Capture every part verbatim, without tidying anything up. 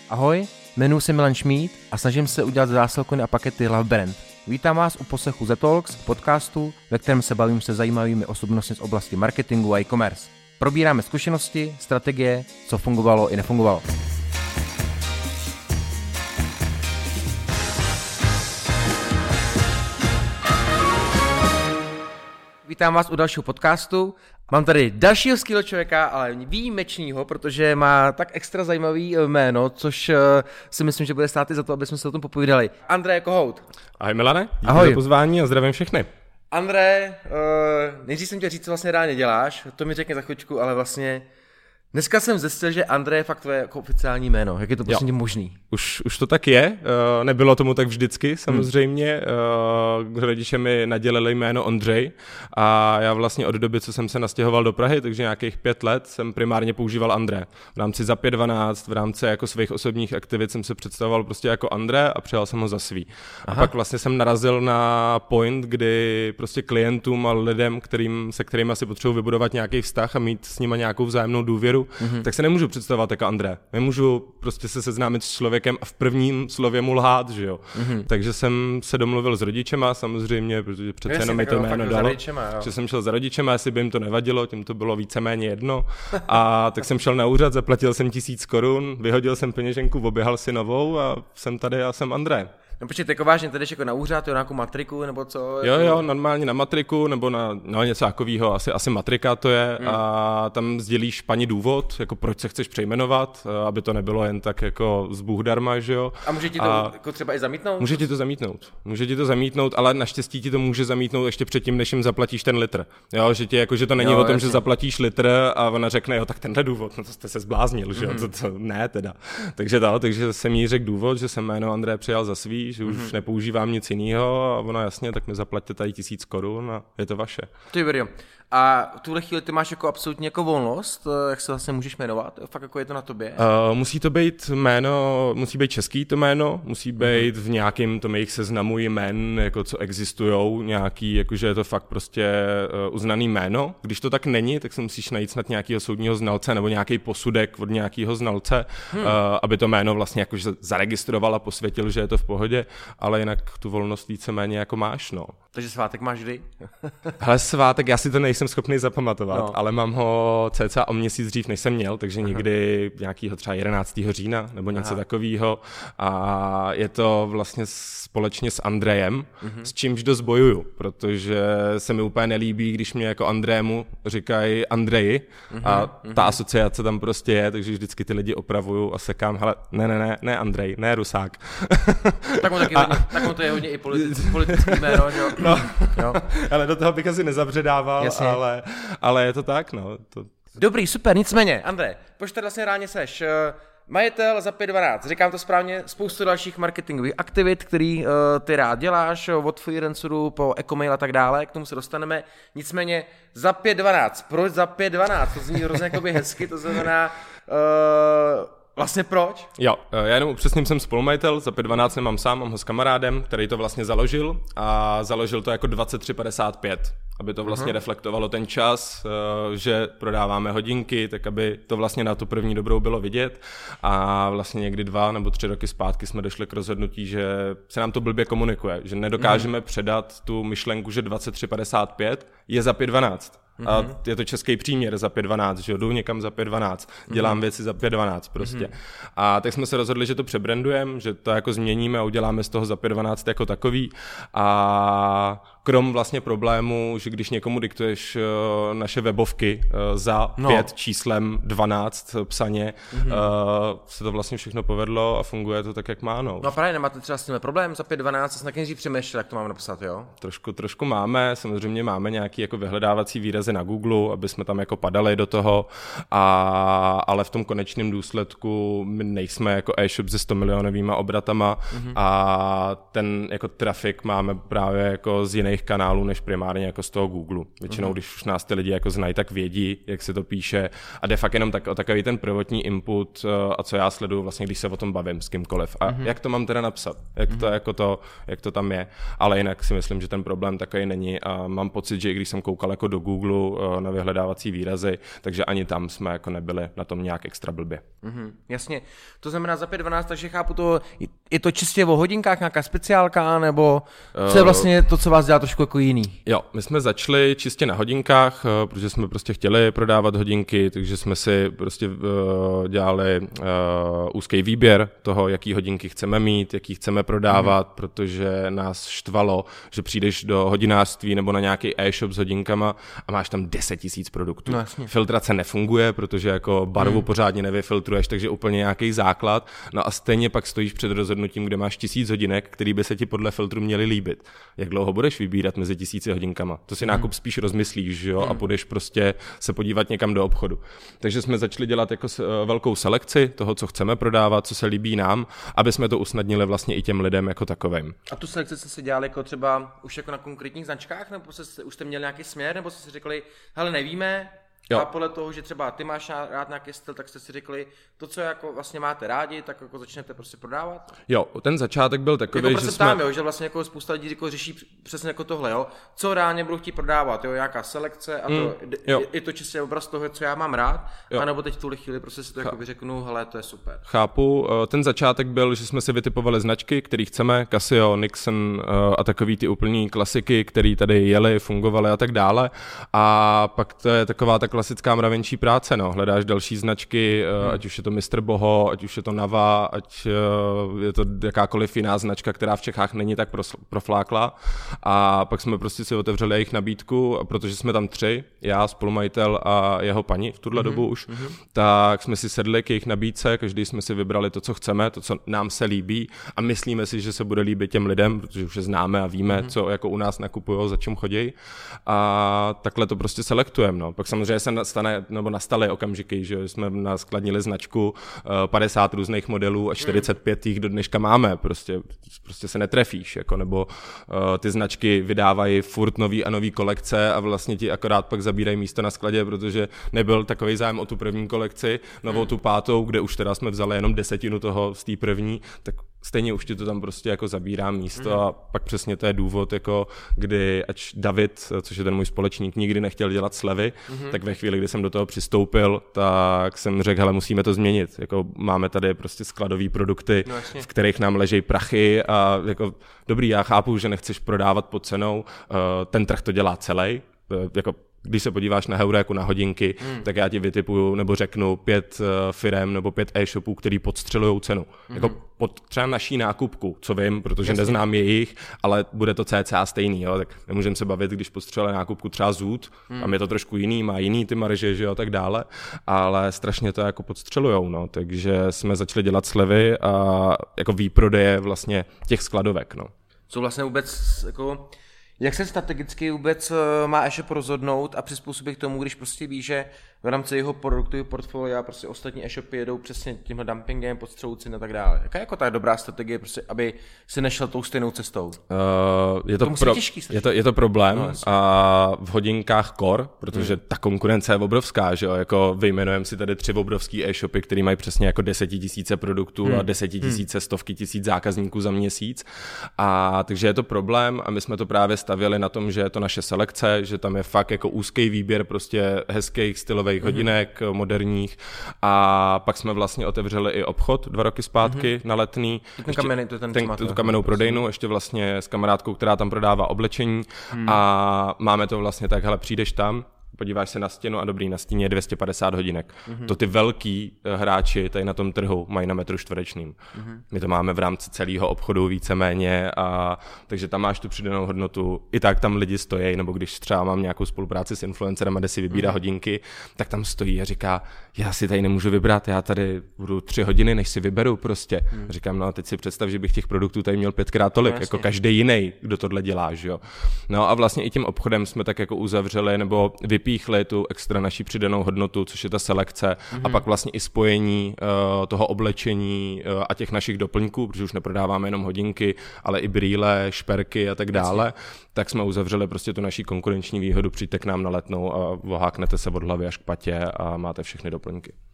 Ahoj, jmenuji se Milan Šmíd a snažím se udělat zásilkony a pakety Love Brand. Vítám vás u poslechu The Talks, podcastu, ve kterém se bavím se zajímavými osobnostmi z oblasti marketingu a e-commerce. Probíráme zkušenosti, strategie, co fungovalo i nefungovalo. Vítám vás u dalšího podcastu. Mám tady dalšího skvělého člověka, ale výjimečného, protože má tak extra zajímavý jméno, což uh, si myslím, že bude stát i za to, aby jsme se o tom popovídali. Andrej Kohout. Ahoj Milane, díky Ahoj. za pozvání a zdravím všechny. Andrej, uh, nejdřív jsem tě říct, co vlastně reálně děláš, to mi řekne za chvíličku, ale vlastně dneska jsem zjistil, že Andrej je fakt tvoje jako oficiální jméno. Jak je to prostě možný? Už, už to tak je, uh, nebylo tomu tak vždycky samozřejmě, hmm. uh, rodiče mi nadělili jméno Ondřej a já vlastně od doby, co jsem se nastěhoval do Prahy, takže nějakých pět let jsem primárně používal André. V rámci za pět dvanáct, v rámci jako svých osobních aktivit jsem se představoval prostě jako André a přijal jsem ho za svý. Aha. A pak vlastně jsem narazil na point, kdy prostě klientům a lidem, kterým, se kterými asi potřebuji vybudovat nějaký vztah a mít s nima nějakou vzájemnou důvěru, mm-hmm. tak se nemůžu představovat jako André. Nemůžu prostě se seznámit s člověkem a v prvním slově mu lhát, že jo. Mm-hmm. Takže jsem se domluvil s rodičema samozřejmě, protože přece jenom mi to jméno dalo. Že jsem šel za rodičema, jestli by jim to nevadilo, tím to bylo víceméně jedno. A tak jsem šel na úřad, zaplatil jsem tisíc korun, vyhodil jsem peněženku, oběhal si novou a jsem tady a jsem André. No počkej, jako vážně, tady jako na úřad, jo, na nějakou matriku, nebo co? Jo, jo, normálně na matriku, nebo na no, něco takového, asi, asi matrika to je, hmm. a tam sdělíš paní důvod, jako proč se chceš přejmenovat, aby to nebylo jen tak jako z Bůh darma, že jo. A může ti to a jako třeba i zamítnout? Může ti to zamítnout, může ti to zamítnout, ale naštěstí ti to může zamítnout ještě předtím, než jim zaplatíš ten litr. Jo, že ti jako, že to není jo, o tom, jasně. že zaplatíš litr a ona řekne, jo, tak tenhle důvod, no to jste se zbláznil, že jo, hmm. to, to ne teda. Takže to, takže jsem jí řekl důvod, že jsem jméno André přijal za svý, že už hmm. nepoužívám vám nic jiného a ono jasně, tak mi zaplaťte tady tisíc korun a je to vaše. Ty video. A v tuhle chvíli ty máš jako absolutně jako volnost, jak se vlastně můžeš jmenovat? Fakt jako je to na tobě? Uh, musí to být jméno, musí být český to jméno, musí být v nějakým tom jejich seznamu jmen, jako co existujou, nějaký, jakože je to fakt prostě uh, uznaný jméno. Když to tak není, tak se musíš najít snad nějakého soudního znalce nebo nějaký posudek od nějakého znalce, hmm. uh, aby to jméno vlastně jakože zaregistroval a posvětil, že je to v pohodě, ale jinak tu volnost víceméně jako máš, no. Takže svátek máš vždy? Hele, svátek, já si to nejsem schopný zapamatovat, no. ale mám ho cca o měsíc dřív, než jsem měl, takže Aha. někdy nějakýho třeba jedenáctého října nebo něco takového. A je to vlastně společně s Andrejem, uh-huh. s čímž dost bojuju, protože se mi úplně nelíbí, když mě jako Andrému říkají Andreji uh-huh. a ta uh-huh. asociace tam prostě je, takže vždycky ty lidi opravuju a sekám, hele, ne, ne, ne, ne Andrej, ne Rusák. Tak on, taky a... hodně, tak on to je hodně i politický, politický jméno, že jo? No, jo. Ale do toho bych asi nezabředával, ale, ale je to tak, no. To... Dobrý, super, nicméně, Andrej, proč tady vlastně ráně seš? Majitel za pět dvanáct, říkám to správně, spoustu dalších marketingových aktivit, který uh, ty rád děláš, od freelancerů po e-mail a tak dále, k tomu se dostaneme. Nicméně za pět dvanáct, proč za pět dvanáct? To zní hrozně jakoby hezky, to znamená... Uh, Vlastně proč? Jo, já jenom upřesním, jsem spolumajitel, za pět dvanáct nemám sám, mám ho s kamarádem, který to vlastně založil a založil to jako dvacet tři padesát pět, aby to vlastně uh-huh. reflektovalo ten čas, že prodáváme hodinky, tak aby to vlastně na tu první dobrou bylo vidět a vlastně někdy dva nebo tři roky zpátky jsme došli k rozhodnutí, že se nám to blbě komunikuje, že nedokážeme uh-huh. předat tu myšlenku, že dvacet tři padesát pět je za pět dvanáct. A je to český příměr za pět dvanáct, že jo, jdu někam za pět dvanáct, dělám mm-hmm. věci za pět dvanáct prostě. Mm-hmm. A tak jsme se rozhodli, že to přebrandujeme, že to jako změníme a uděláme z toho za pět dvanáct jako takový. A krom vlastně problému, že když někomu diktuješ uh, naše webovky uh, za no. pět číslem dvanáct psaně, mm-hmm. uh, se to vlastně všechno povedlo a funguje to tak, jak má, no. No právě nemáte třeba s tím problém za pět dvanáct, se snažím přemýšlet, jak to máme napsat, jo? Trošku, trošku máme, samozřejmě máme nějaký jako vyhledávací výrazy na Google, aby jsme tam jako padali do toho, a, ale v tom konečném důsledku my nejsme jako e-shop se sto milionovýma obratama mm-hmm. a ten jako trafik máme právě jako z jiných kanálů, než primárně jako z toho Google. Většinou, mm-hmm. když už nás ty lidi jako znají, tak vědí, jak se to píše a de facto jenom tak, o takový ten prvotní input a co já sleduju vlastně, když se o tom bavím s kýmkoliv. A mm-hmm. jak to mám teda napsat? Jak, mm-hmm. to, jako to, jak to tam je? Ale jinak si myslím, že ten problém takový není a mám pocit, že i když když jsem koukal jako do Google na vyhledávací výrazy, takže ani tam jsme jako nebyli na tom nějak extra blbě. Mm-hmm, jasně, to znamená za pět dvanáct, takže chápu to, je to čistě o hodinkách, nějaká speciálka, nebo co je vlastně to, co vás dělá trošku jako jiný? Jo, my jsme začali čistě na hodinkách, protože jsme prostě chtěli prodávat hodinky, takže jsme si prostě uh, dělali uh, úzký výběr toho, jaký hodinky chceme mít, jaký chceme prodávat, mm. protože nás štvalo, že přijdeš do hodinářství nebo na nějaký e-shop s hodinkama a máš tam deset tisíc produktů. No, filtrace nefunguje, protože jako barvu mm. pořádně nevyfiltruješ, takže úplně nějaký základ. No a stejně pak stojíš před rozhodnutím, kde máš tisíc hodinek, který by se ti podle filtru měly líbit. Jak dlouho budeš vybírat mezi tisíci hodinkama? To si mm. nákup spíš rozmyslíš, jo, mm. a půjdeš prostě se podívat někam do obchodu. Takže jsme začali dělat jako velkou selekci toho, co chceme prodávat, co se líbí nám, aby jsme to usnadnili vlastně i těm lidem jako takovým. A tu selekci jste si dělali jako třeba už jako na konkrétních značkách, nebo jste, už jste měli nějaký směr, nebo jste si řekli, hele, nevíme, jo. A podle toho, že třeba ty máš rád nějaký styl, tak jste si řekli, to, co jako vlastně máte rádi, tak jako začnete prostě prodávat? Jo, ten začátek byl takový, jako že jsme... Ptám, jsme... jo, že vlastně jako spousta lidí jako řeší přesně jako tohle, jo, co reálně budu chtít prodávat, jo, nějaká selekce a to, mm, je, je to čistě obraz toho, co já mám rád, jo. anebo teď v tuhle chvíli prostě si to jako vyřeknu, hele, to je super. Chápu, ten začátek byl, že jsme si vytipovali značky, které chceme, Casio, Nixon a takový ty úplný klasiky, které tady jeli, fungovaly a tak dále, a pak to je taková ta klasická mravenčí práce, no, hledáš další značky, hmm. ať už je to mister Boho, ať už je to Nava, ať je to jakákoliv jiná značka, která v Čechách není tak proflákla, a pak jsme prostě si otevřeli jejich nabídku, a protože jsme tam tři, já, spolumajitel a jeho paní v tuhle hmm. dobu už, hmm. tak jsme si sedli k jejich nabídce, každý jsme si vybrali to, co chceme, to, co nám se líbí, a myslíme si, že se bude líbit těm lidem, protože už je známe a víme, hmm. co jako u nás nakupujou, za čím chodí, a takhle to prostě selektujeme, no. Pak samozřejmě se stane, nebo nastaly okamžiky, že jsme naskladnili značku padesát různých modelů a čtyřicet pět jich do dneška máme, prostě, prostě se netrefíš, jako, nebo uh, ty značky vydávají furt nový a nový kolekce a vlastně ti akorát pak zabírají místo na skladě, protože nebyl takový zájem o tu první kolekci, novou tu pátou, kde už teda jsme vzali jenom desetinu toho z té první, tak stejně už ti to tam prostě jako zabírá místo, mm. a pak přesně to je důvod, jako kdy ač David, což je ten můj společník, nikdy nechtěl dělat slevy, mm. tak ve chvíli, kdy jsem do toho přistoupil, tak jsem řekl, hele, musíme to změnit, jako máme tady prostě skladové produkty, no, v kterých nám ležejí prachy, a jako dobrý, já chápu, že nechceš prodávat pod cenou, ten trh to dělá celý, jako když se podíváš na Heuréku, na hodinky, hmm. tak já ti vytipuju nebo řeknu pět uh, firem nebo pět e-shopů, který podstřelujou cenu. Hmm. Jako pod třeba naší nákupku, co vím, protože Jasně. neznám jejich, ale bude to cca stejný, jo, tak nemůžeme se bavit, když podstřeluje nákupku třeba Zoot, hmm. tam je to trošku jiný, má jiný ty marže, že jo, tak dále, ale strašně to jako podstřelujou, no, takže jsme začali dělat slevy a jako výprodeje vlastně těch skladovek, no. Co vlastně vůbec jako... Jak se strategicky vůbec má e-shop rozhodnout a přizpůsobit k tomu, když prostě ví, že v rámci jeho produktového portfolia prostě ostatní e-shopy jedou přesně tímhle dumpingem, podstřelou cen a tak dále. Jaká je jako ta dobrá strategie, prostě, aby si nešel tou stejnou cestou? Uh, je, to to pro, těžký, je, to, je to problém no, a v hodinkách core, protože hmm. ta konkurence je obrovská, že jo, jako vyjmenujeme si tady tři obrovský e-shopy, který mají přesně jako desetitisíce produktů hmm. a desetitisíce, hmm. stovky tisíc zákazníků za měsíc, a takže je to problém, a my jsme to právě stavěli na tom, že je to naše selekce, že tam je fakt jako úzký výběr prostě hezkých stylových mm-hmm. hodinek, moderních, a pak jsme vlastně otevřeli i obchod dva roky zpátky mm-hmm. na Letný. Ten kamenej, to ten, ten, tu kamennou prodejnu, ještě vlastně s kamarádkou, která tam prodává oblečení, mm. a máme to vlastně tak, hele, přijdeš tam, podíváš se na stěnu a dobrý, na stěně je dvě stě padesát hodinek. Mm-hmm. To ty velký hráči tady na tom trhu mají na metru čtverečným. Mm-hmm. My to máme v rámci celého obchodu víceméně, a takže tam máš tu přidanou hodnotu. I tak tam lidi stojí, nebo když třeba mám nějakou spolupráci s influencerem, kde si vybírá mm-hmm. hodinky, tak tam stojí a říká, já si tady nemůžu vybrat, já tady budu tři hodiny, než si vyberu prostě. Mm. Říkám, no a teď si představ, že bych těch produktů tady měl pětkrát tolik, no, jako každý jiný, kdo tohle dělá, že jo. No a vlastně i tím obchodem jsme tak jako uzavřeli, nebo vypíchli tu extra naší přidanou hodnotu, což je ta selekce, mm-hmm. a pak vlastně i spojení uh, toho oblečení uh, a těch našich doplňků, protože už neprodáváme jenom hodinky, ale i brýle, šperky a tak dále, Jasně. tak jsme uzavřeli prostě tu naší konkurenční výhodu, přijďte k nám na Letnou a voháknete se od hlavy až k patě a máte všechny doplňky.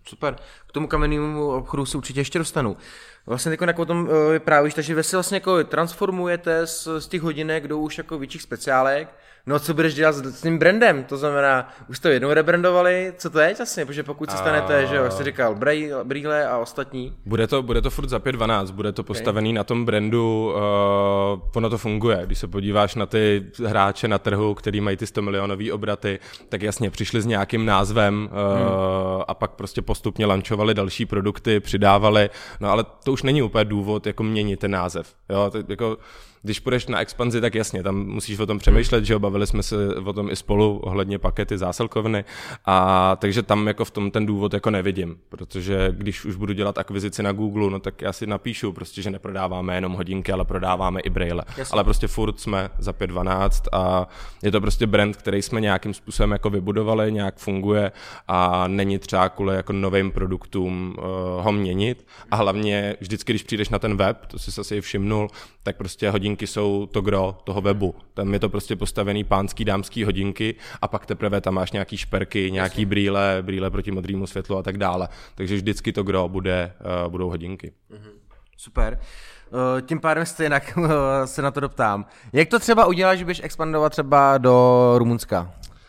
Super. K tomu kamennému obchodu se určitě ještě dostanu. Vlastně jako, jako o tom vyprávíš, takže vy si vlastně jako transformujete z, z těch hodinek do už jako větších speciálek. No co budeš dělat s, s tím brandem? To znamená, už to jednou rebrandovali, co to je vlastně? Protože pokud se stanete, a... že jo, jak jsi říkal, brýle a ostatní. Bude to, bude to furt za pět dvanáct, bude to postavený okay. na tom brandu, uh, ono to funguje. Když se podíváš na ty hráče na trhu, který mají ty sto milionový obraty, tak jasně přišli s nějakým názvem uh, hmm. a pak prostě postupně launchovali další produkty, přidávali, no ale to už není úplně důvod jako měnit ten název. Jo, to, jako, když půjdeš na expanzi, tak jasně, tam musíš o tom přemýšlet, že jo, bavili jsme se o tom i spolu ohledně pakety zásilkovny, a takže tam jako v tom ten důvod jako nevidím, protože když už budu dělat akvizici na Google, no tak já si napíšu prostě, že neprodáváme jenom hodinky, ale prodáváme i brejle. Jasně. Ale prostě furt jsme za pět dvanáct a je to prostě brand, který jsme nějakým způsobem jako vybudovali, nějak funguje a není třeba kvůli jako novým produktům uh, ho měnit, a hlavně vždycky, když přijdeš na ten web, to jsi asi všimnul, tak prostě hodinky jsou to gro toho webu. Tam je to prostě postavený pánský, dámský hodinky a pak teprve tam máš nějaký šperky, nějaký Jasně. brýle, brýle proti modrému světlu a tak dále. Takže vždycky to gro bude, uh, budou hodinky. Super. Uh, tím pádem stejně uh, se na to doptám. Jak to třeba uděláš, že budeš expandovat třeba do Rumunska?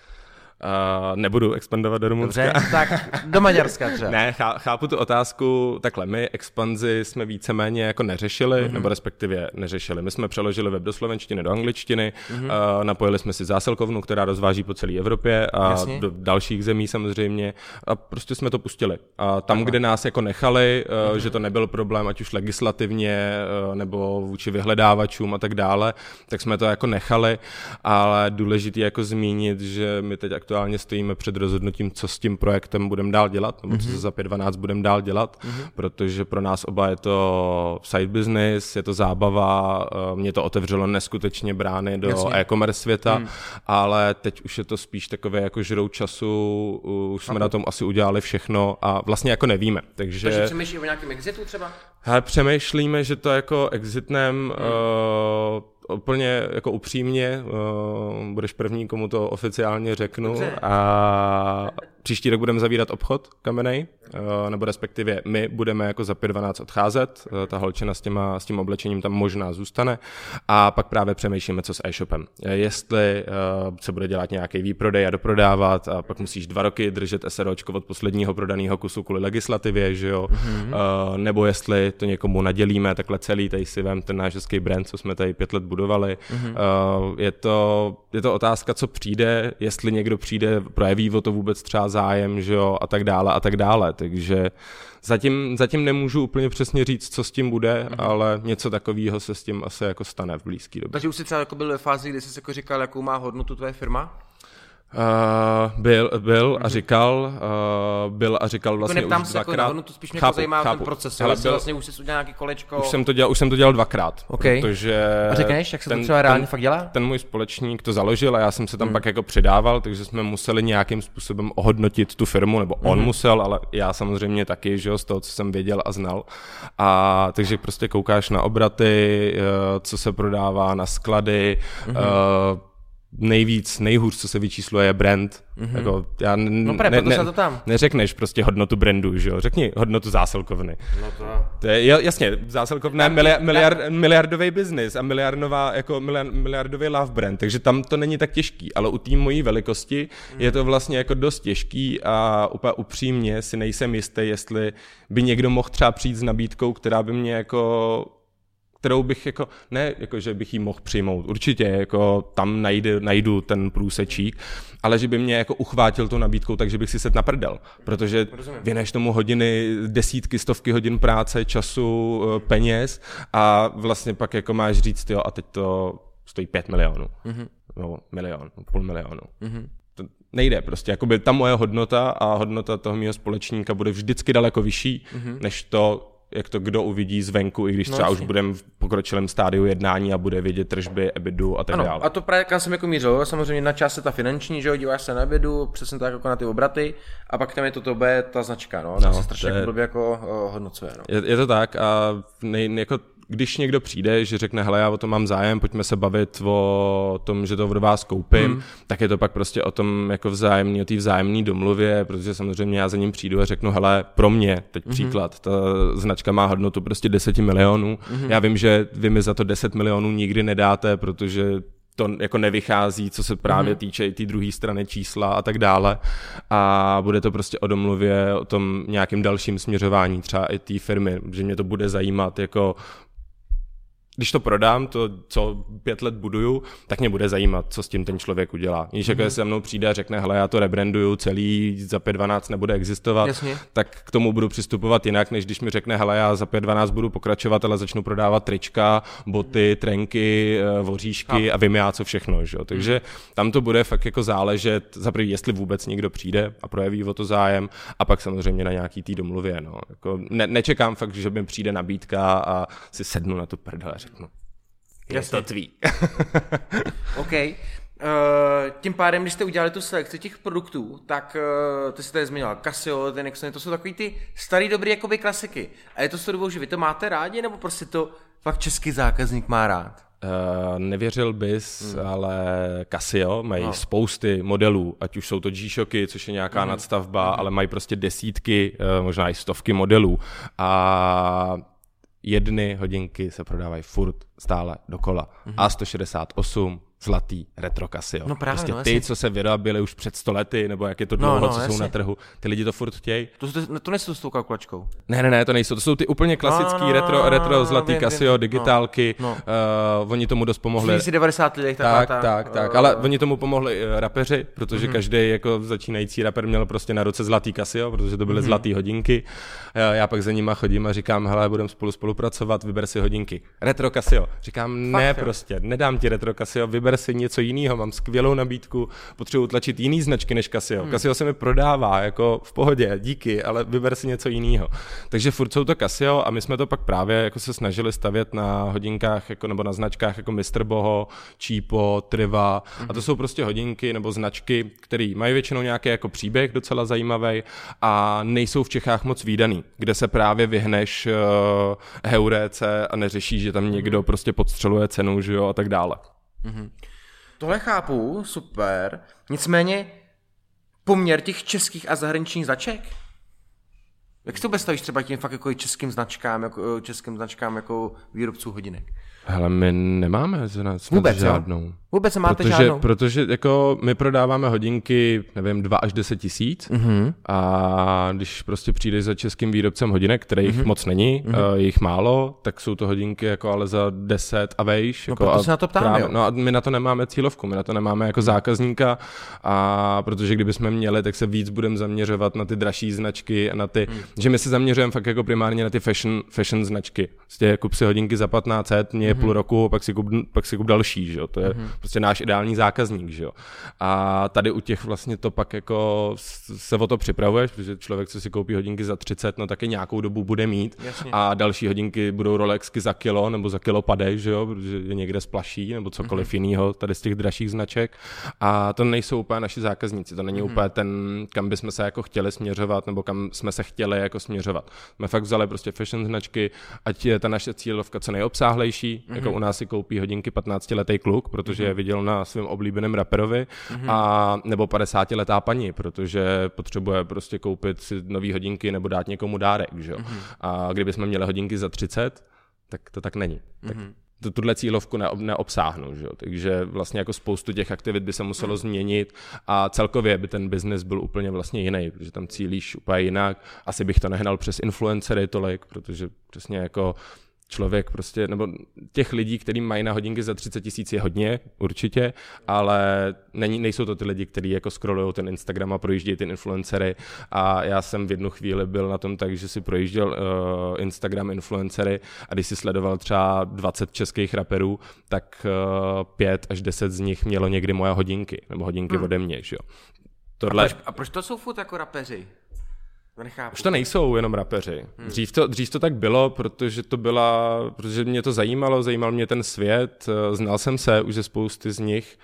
Uh, nebudu expandovat do Rumunska. Dobře, tak do Maďarska třeba. Ne, chá, chápu tu otázku. Takhle, my expanzi jsme víceméně jako neřešili, mm-hmm. nebo respektive neřešili. My jsme přeložili web do slovenštiny, do angličtiny, mm-hmm. uh, napojili jsme si zásilkovnu, která rozváží po celé Evropě a Jasně. do dalších zemí samozřejmě, a prostě jsme to pustili. A tam, Aha. kde nás jako nechali, uh, mm-hmm. že to nebyl problém, ať už legislativně, uh, nebo vůči vyhledávačům a tak dále, tak jsme to jako nechali, ale důležité jako zmínit, že my teď aktuálně stojíme před rozhodnutím, co s tím projektem budeme dál dělat, nebo co se za pět dvanáct budeme dál dělat, mm-hmm. protože pro nás oba je to side business, je to zábava, mě to otevřelo neskutečně brány do Jasně. e-commerce světa, mm. ale teď už je to spíš takové jako žrou času, už jsme Aha. na tom asi udělali všechno a vlastně jako nevíme. Takže, takže přemýšlíš o nějakém exitu třeba? Hele, přemýšlíme, že to jako exitnem mm. uh, úplně jako upřímně, uh, budeš první, komu to oficiálně řeknu. Dobře. A příští rok budeme zavírat obchod kamenej, uh, nebo respektive my budeme jako za pět dvanáct odcházet, uh, ta holčina s, těma, s tím oblečením tam možná zůstane a pak právě přemýšlíme, co s e-shopem. Jestli uh, se bude dělat nějaký výprodej a doprodávat a pak musíš dva roky držet SROčko od posledního prodaného kusu kvůli legislativě, že jo, mm-hmm. uh, nebo jestli to někomu nadělíme, takhle celý, tady si vem ten náš hezký brand, co jsme tady pět let budovali. Mm-hmm. Uh, je, to, je to otázka, co přijde, jestli někdo přijde, projeví o to vůbec třeba zájem, že jo, a tak dále a tak dále, takže zatím, zatím nemůžu úplně přesně říct, co s tím bude, mm-hmm. ale něco takového se s tím asi jako stane v blízké době. Takže už jsi třeba jako byl ve fázi, kdy jsi jako říkal, jakou má hodnotu tvoje firma? Uh, byl, byl mm-hmm. a říkal, uh, byl a říkal vlastně jako už dvakrát. Jako to spíš mě chápu, zajímá chápu. Ten proces, ale byl, vlastně už jsi udělal nějaký kolečko. Už jsem to dělal, už jsem to dělal dvakrát, okay. protože a řekneš, jak se ten, to třeba reálně ten, fakt dělá? Ten můj společník to založil a já jsem se tam mm. pak jako přidával, takže jsme museli nějakým způsobem ohodnotit tu firmu, nebo on mm. musel, ale já samozřejmě taky, že jo, z toho, co jsem věděl a znal. A takže prostě koukáš na obraty, co se prodává, na sklady, mm. uh, nejvíc, nejhůř, co se vyčísluje, je brand. Mm-hmm. Jako, já n- no pre, ne, ne, to tam. Neřekneš prostě hodnotu brandu, že jo? Řekni hodnotu zásilkovny. No to... to je, jasně, zásilkovna je miliard, miliard, miliardový biznis a miliardová, jako miliard, miliardový love brand, takže tam to není tak těžký, ale u té mojí velikosti mm. je to vlastně jako dost těžký a úplně upřímně si nejsem jistý, jestli by někdo mohl třeba přijít s nabídkou, která by mě jako kterou bych jako, ne jako, že bych jí mohl přijmout, určitě jako tam najdu, najdu ten průsečík, ale že by mě jako uchvátil tou nabídkou, takže bych si set naprdel, protože věnuješ tomu hodiny, desítky, stovky hodin práce, času, peněz a vlastně pak jako máš říct, jo, a teď to stojí pět milionů, mm-hmm. no milion, půl milionu. Mm-hmm. To nejde prostě, jakoby ta moje hodnota a hodnota toho mého společníka bude vždycky daleko vyšší, mm-hmm. než to, jak to kdo uvidí zvenku, i když třeba no, už budeme v pokročilém stádiu jednání a bude vidět tržby, ebidu a tak ano, dále. A to právě kam jsem jako mířil, samozřejmě na část je ta finanční, že jo, díváš se na ebidu, přesně tak jako na ty obraty a pak tam je to to B, ta značka, no, no to se strašně je, jako blbě jako uh, hodnocuje, no. Je, je to tak a nej, jako když někdo přijde, že řekne, hele, já o to mám zájem, pojďme se bavit o tom, že to od vás koupím, hmm. tak je to pak prostě o tom jako vzájemný, o té vzájemné domluvě, protože samozřejmě já za ním přijdu a řeknu, hele, pro mě, teď hmm. příklad, ta značka má hodnotu prostě deset milionů, hmm. já vím, že vy mi za to deset milionů nikdy nedáte, protože to jako nevychází, co se právě mm. týče i té druhé strany čísla a tak dále. A bude to prostě o domluvě, o tom nějakým dalším směřování třeba i té firmy, že mě to bude zajímat jako když to prodám, to, co pět let buduju, tak mě bude zajímat, co s tím ten člověk udělá. Když mm-hmm. jako se mnou přijde a řekne, hele, já to rebranduju, celý za pět dvanáct nebude existovat, Jasně. tak k tomu budu přistupovat jinak, než když mi řekne, hele, já za pět dvanáct budu pokračovat, ale začnu prodávat trička, boty, trenky, voříšky a vím já, co všechno. Že? Takže tam to bude fakt jako záležet, za první, jestli vůbec někdo přijde a projeví o to zájem, a pak samozřejmě na nějaký tý domluvě. No. Jako ne, nečekám fakt, že mi přijde nabídka a si sednu na tu prdele. Řeknu. Je to tvý. OK. Uh, tím pádem, když jste udělali tu selekci těch produktů, tak uh, ty jsi tady zmínila Casio, ty Nexony, to jsou takový ty starý dobrý jakoby klasiky. A je to s tou že vy to máte rádi, nebo prostě to fakt český zákazník má rád? Uh, nevěřil bys, hmm. ale Casio mají no. spousty modelů, ať už jsou to G-Shocky, což je nějaká hmm. nadstavba, hmm. ale mají prostě desítky, uh, možná i stovky modelů. A jedny hodinky se prodávají furt stále dokola. Mm-hmm. A sto šedesát osm zlatý retro Casio. No právě, prostě no, ty, jasně. co se vyráběly už před sto lety, nebo jak je to dlouho, no, no, co jasně. jsou na trhu, ty lidi to furt chtějí. To, to, to nejsou s tou kalkulačkou. Ne, ne, ne, to nejsou. To jsou ty úplně klasický no, no, retro, retro zlatý vím, Casio, vím. digitálky. No, no. Uh, oni tomu dost pomohli. V devadesátých letech tak, ta, tak, tak. Uh, ale oni tomu pomohli uh, rapeři, protože mm-hmm. každý jako začínající raper měl prostě na ruce zlatý Casio, protože to byly mm-hmm. zlatý hodinky. Uh, já pak za nima chodím a říkám, hele, budeme spolu spolupracovat, vyber si hodinky. Retro Casio. Říkám, Fakt, ne, jo. prostě, nedám ti retro Casio, vyber si něco jiného. Mám skvělou nabídku, potřebuji tlačit jiný značky než Casio. Hmm. Casio se mi prodává jako v pohodě, díky, ale vyber si něco jiného. Takže furt jsou to Casio a my jsme to pak právě jako se snažili stavět na hodinkách jako, nebo na značkách jako mister Boho, Cheapo, Triva hmm. a to jsou prostě hodinky nebo značky, které mají většinou nějaký jako příběh docela zajímavý a nejsou v Čechách moc vídaný, kde se právě vyhneš uh, heuréce a neřešíš, že tam někdo hmm. prostě podstřeluje cenu, že jo, a tak dále. Hmm. Tohle chápu, super, nicméně poměr těch českých a zahraničních značek? Jak si to představíš třeba tím fakt jako českým značkám, jako českým značkám jako výrobců hodinek? Hele, my nemáme vůbec žádnou. Jo? Vůbec nemáte protože, žádnou? Protože jako my prodáváme hodinky, nevím, dva až deset tisíc mm-hmm. a když prostě přijdeš za českým výrobcem hodinek, kterých mm-hmm. moc není, mm-hmm. uh, jich málo, tak jsou to hodinky jako ale za deset a vejš. No jako proto a se na to ptáme, právě, jo. No a my na to nemáme cílovku, my na to nemáme jako zákazníka a protože kdybychom měli, tak se víc budeme zaměřovat na ty dražší značky a na ty, mm. že my se zaměřujeme fakt jako primárně na ty fashion, fashion značky. Prostě kup si hodinky za patnáct set, mě je mm-hmm. půl roku, pak si kup, pak si kup další, že jo. To je mm-hmm. prostě náš ideální zákazník, že jo. A tady u těch vlastně to pak jako se o to připravuješ, protože člověk, co si koupí hodinky za třicet, no taky nějakou dobu bude mít. Jasně. A další hodinky budou Rolexky za kilo nebo za kilo padej, že jo, protože je někde splaší nebo cokoliv mm-hmm. jiného tady z těch dražších značek. A to nejsou úplně naši zákazníci, to není mm-hmm. úplně ten, kam bychom se jako chtěli směřovat nebo kam jsme se chtěli jako směřovat. My fakt vzali prostě fashion značky, ať je ta naše cílovka co nejobsáhlejší, mm-hmm. jako u nás si koupí hodinky patnáctiletý kluk, protože mm-hmm. je viděl na svém oblíbeném raperovi, mm-hmm. a nebo padesátiletá paní, protože potřebuje prostě koupit si nový hodinky nebo dát někomu dárek, že jo. Mm-hmm. A kdybychom měli hodinky za třicet, tak to tak není. Mm-hmm. Tak to, tuhle cílovku ne, neobsáhnu, že jo. Takže vlastně jako spoustu těch aktivit by se muselo mm. změnit a celkově by ten biznis byl úplně vlastně jiný, protože tam cílíš úplně jinak. Asi bych to nehnal přes influencery tolik, protože přesně jako člověk prostě, nebo těch lidí, kteří mají na hodinky za třicet tisíc je hodně, určitě, ale není, nejsou to ty lidi, kteří jako scrollujou ten Instagram a projíždějí ty influencery a já jsem v jednu chvíli byl na tom tak, že si projížděl uh, Instagram influencery a když si sledoval třeba dvacet českých raperů, tak uh, pět až deset z nich mělo někdy moje hodinky, nebo hodinky hmm. ode mě, že jo. Tohle... A, proč, a proč to jsou furt jako rapeři? Už to nejsou jenom rapeři. Hmm. Dřív, to, dřív to tak bylo, protože to byla, protože mě to zajímalo, zajímal mě ten svět, znal jsem se už ze spousty z nich